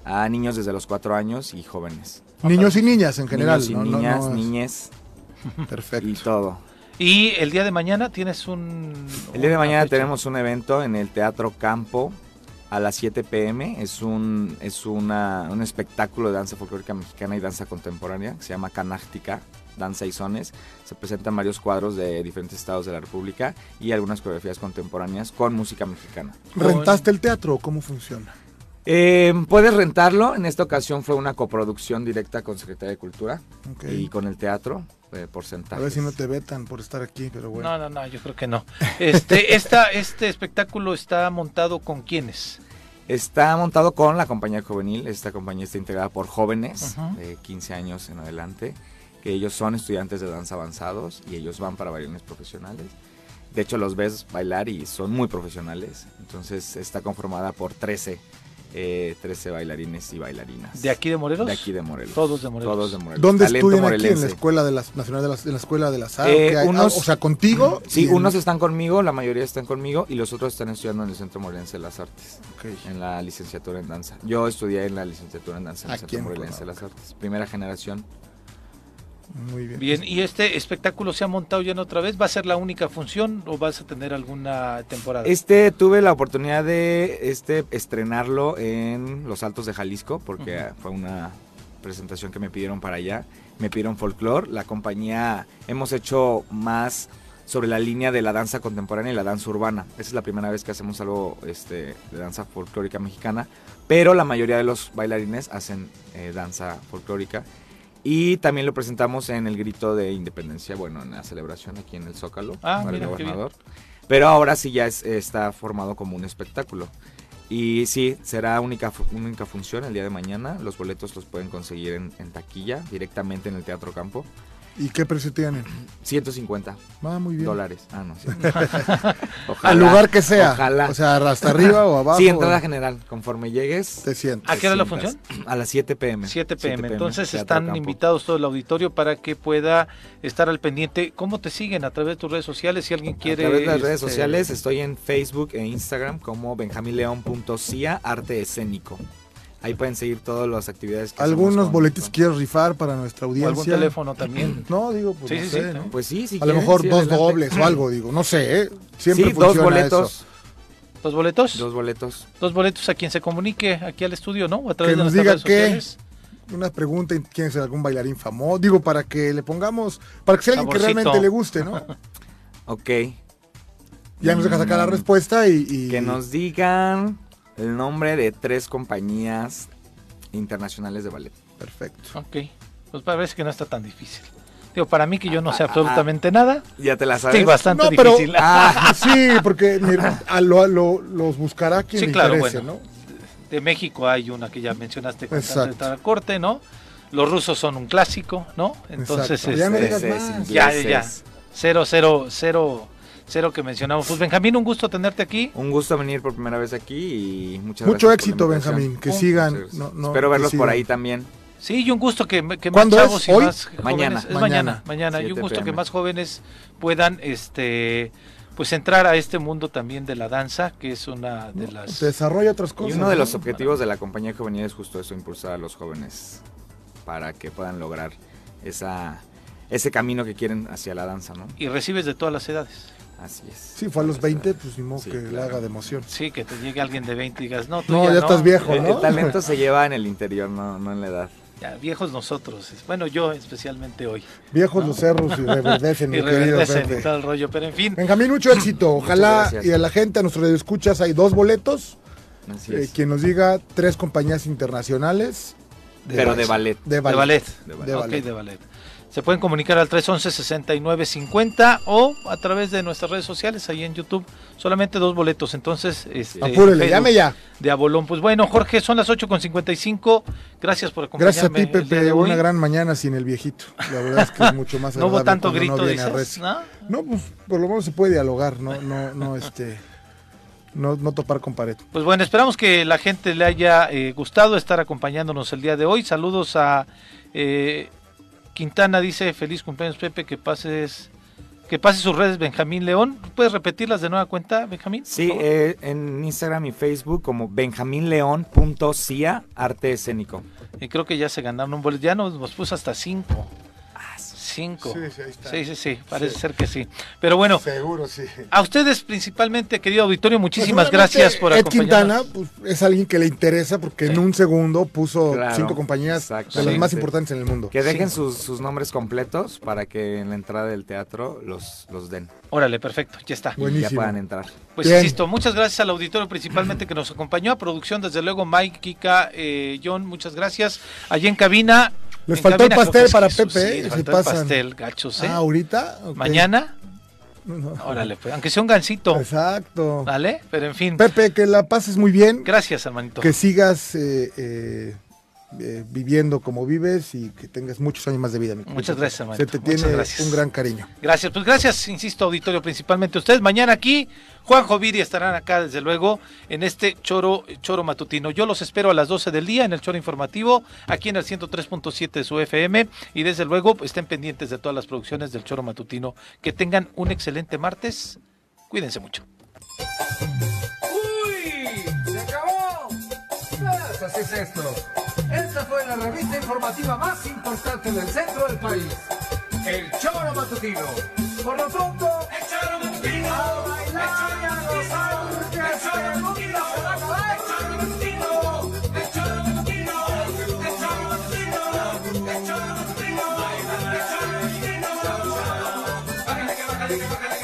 a niños desde los 4 años y jóvenes. Niños y niñas en general. Niños y niñas, niñes. Perfecto. Y todo. Y el día de mañana tienes un... El día de mañana tenemos un evento en el Teatro Campo a las 7 p.m. Es un espectáculo de danza folclórica mexicana y danza contemporánea que se llama Canáctica, danza y sones. Se presentan varios cuadros de diferentes estados de la República y algunas coreografías contemporáneas con música mexicana. ¿Rentaste el teatro o cómo funciona? Puedes rentarlo. En esta ocasión fue una coproducción directa con Secretaría de Cultura y con el teatro. Porcentajes. A ver si no te vetan por estar aquí, pero bueno. No, yo creo que no. Este espectáculo está montado ¿con quiénes? Está montado con la compañía juvenil. Esta compañía está integrada por jóvenes de 15 años en adelante, que ellos son estudiantes de danza avanzados y ellos van para bailarines profesionales. De hecho, los ves bailar y son muy profesionales. Entonces está conformada por 13 bailarines y bailarinas. ¿De aquí de Morelos? De aquí de Morelos. Todos de Morelos. Todos de Morelos. ¿Dónde estudian aquí? ¿En la Escuela de las Nacionales en la Escuela de las Artes? O sea, ¿contigo? Sí, unos están conmigo, la mayoría están conmigo y los otros están estudiando en el Centro Morelense de las Artes. En la licenciatura en danza. Yo estudié en la licenciatura en danza en el Centro Morelense de las Artes. Primera generación. Muy bien. Bien, ¿y este espectáculo se ha montado ya en otra vez? ¿Va a ser la única función o vas a tener alguna temporada? Tuve la oportunidad de estrenarlo en Los Altos de Jalisco, porque fue una presentación que me pidieron para allá. Me pidieron folclore. La compañía hemos hecho más sobre la línea de la danza contemporánea y la danza urbana. Esa es la primera vez que hacemos algo de danza folclórica mexicana, pero la mayoría de los bailarines hacen danza folclórica. Y también lo presentamos en el Grito de Independencia, bueno, en la celebración aquí en el Zócalo, para el gobernador. Pero ahora sí ya está formado como un espectáculo. Y sí, será única función el día de mañana. Los boletos los pueden conseguir en taquilla, directamente en el Teatro Campo. ¿Y qué precio tienen? 150 muy bien. dólares. Ah, no, sí. Ojalá, al lugar que sea. Ojalá. O sea, hasta arriba o abajo. Sí, entrada general. Conforme llegues, te sientas. ¿A qué hora la función? A las 7 p.m. 7 p.m. Entonces están invitados todo el auditorio para que pueda estar al pendiente. ¿Cómo te siguen? ¿A través de tus redes sociales? Si alguien quiere... A través de las redes sociales estoy en Facebook e Instagram como benjaminleon.cia, arte escénico. Ahí pueden seguir todas las actividades que ¿Algunos boletos quieres rifar para nuestra audiencia? ¿O algún teléfono también? No, digo, pues sí, no sí, sé, sí, ¿no? Pues sí, a lo mejor dos dobles o algo, digo, no sé, siempre funciona 2 boletos. Eso. ¿2 boletos? 2 boletos. 2 boletos a quien se comunique aquí al estudio, ¿no? O a través que de nos diga redes sociales. Una pregunta, ¿quién es algún bailarín famoso? Digo, para que le pongamos, para que sea alguien que realmente le guste, ¿no? Ok. Ya nos deja sacar la respuesta y... Que nos digan el nombre de 3 compañías internacionales de ballet. Perfecto. Ok, pues parece que no está tan difícil. Digo, para mí que yo no sé absolutamente nada. Ya te la sabes. Sí, bastante pero, difícil. Sí, porque los buscará quien le interese, bueno. ¿no? De México hay una que ya mencionaste con la corte, ¿no? Los rusos son un clásico, ¿no? Entonces, ya no digas más. Ya. 0 que mencionamos. Pues Benjamín, un gusto tenerte aquí. Un gusto venir por primera vez aquí y muchas Mucho gracias. Éxito, Benjamín, que sigan. Espero verlos por ahí también. Sí, y un gusto que más chavos y ¿Hoy? Más mañana. jóvenes, es mañana, y un gusto que más jóvenes puedan pues entrar a este mundo también de la danza, que es una de las... Desarrolla otras cosas. Y uno de los objetivos de la compañía juvenil es justo eso, impulsar a los jóvenes para que puedan lograr ese camino que quieren hacia la danza, ¿no? Y recibes de todas las edades. Así es. Sí, fue a los 20, pues ni modo que le haga de emoción. Sí, que te llegue alguien de 20 y digas, no, tú ya estás viejo, ¿no? El talento se lleva en el interior, no en la edad. Ya, viejos nosotros, bueno, yo especialmente hoy. Viejos los cerros y reverdecen, mi querido Pepe. Y todo el rollo, pero en fin. Benjamín, mucho éxito. Ojalá, y a la gente, a nuestros radioescuchas, hay 2 boletos. Así es. Quien nos diga 3 compañías internacionales. Pero de ballet. De ballet. Se pueden comunicar al 311-6950 o a través de nuestras redes sociales, ahí en YouTube. Solamente 2 boletos, entonces... apúrele, llame ya. De Abolón. Pues bueno, Jorge, son las 8:55. Gracias por acompañarme. Gracias a ti, Pepe. Una gran mañana sin el viejito. La verdad es que es mucho más agradable. No hubo tanto grito, no dices, ¿no? Pues por lo menos se puede dialogar, no topar con pared. Pues bueno, esperamos que la gente le haya gustado estar acompañándonos el día de hoy. Saludos a... Quintana dice, feliz cumpleaños Pepe, que pases Que pase sus redes, Benjamín León. ¿Puedes repetirlas de nueva cuenta, Benjamín? Sí, en Instagram y Facebook como benjaminleon.cia, arte escénico. Y creo que ya se ganaron un boleto. Ya nos puso hasta 5. 5. Sí, ahí está. Sí, parece ser que sí. Pero bueno, seguro sí. A ustedes principalmente, querido auditorio, muchísimas Pues, gracias por acompañarnos. Quintana pues, es alguien que le interesa porque en un segundo puso Claro, 5 compañías de las más importantes en el mundo. Que dejen sus nombres completos para que en la entrada del teatro los den. Órale, perfecto, ya está. Ya puedan entrar. Pues insisto, muchas gracias al auditorio principalmente que nos acompañó, a producción desde luego Mike, Kika, John, muchas gracias. Allí en cabina. Les faltó el pastel para Pepe, sí, si faltó pasan. el pastel, gachos, ¿eh? ¿Ahorita? Okay. ¿Mañana? No. Órale, pues, aunque sea un gansito. Exacto. ¿Vale? Pero en fin. Pepe, que la pases muy bien. Gracias, hermanito. Que sigas viviendo como vives y que tengas muchos años más de vida. Muchas gracias, hermanito. Se te tiene un gran cariño. Gracias, pues gracias, insisto, auditorio, principalmente a ustedes. Mañana aquí, Juanjo Viri estarán acá, desde luego, en este choro matutino. Yo los espero a las 12 del día en el choro informativo, aquí en el 103.7 de su FM. Y desde luego, estén pendientes de todas las producciones del choro matutino. Que tengan un excelente martes. Cuídense mucho. ¡Uy! ¡Se acabó! Pues así es esto. Esta fue la revista informativa más importante del centro del país. El Choro Matutino. Por lo pronto, el Choro Matutino. A bailar y a gozar, porque el Choro Matutino se va a acabar. El Choro Matutino. El Choro Matutino. El Choro Matutino. El Choro Matutino. El Choro Matutino. Bájale que bájale que bájale.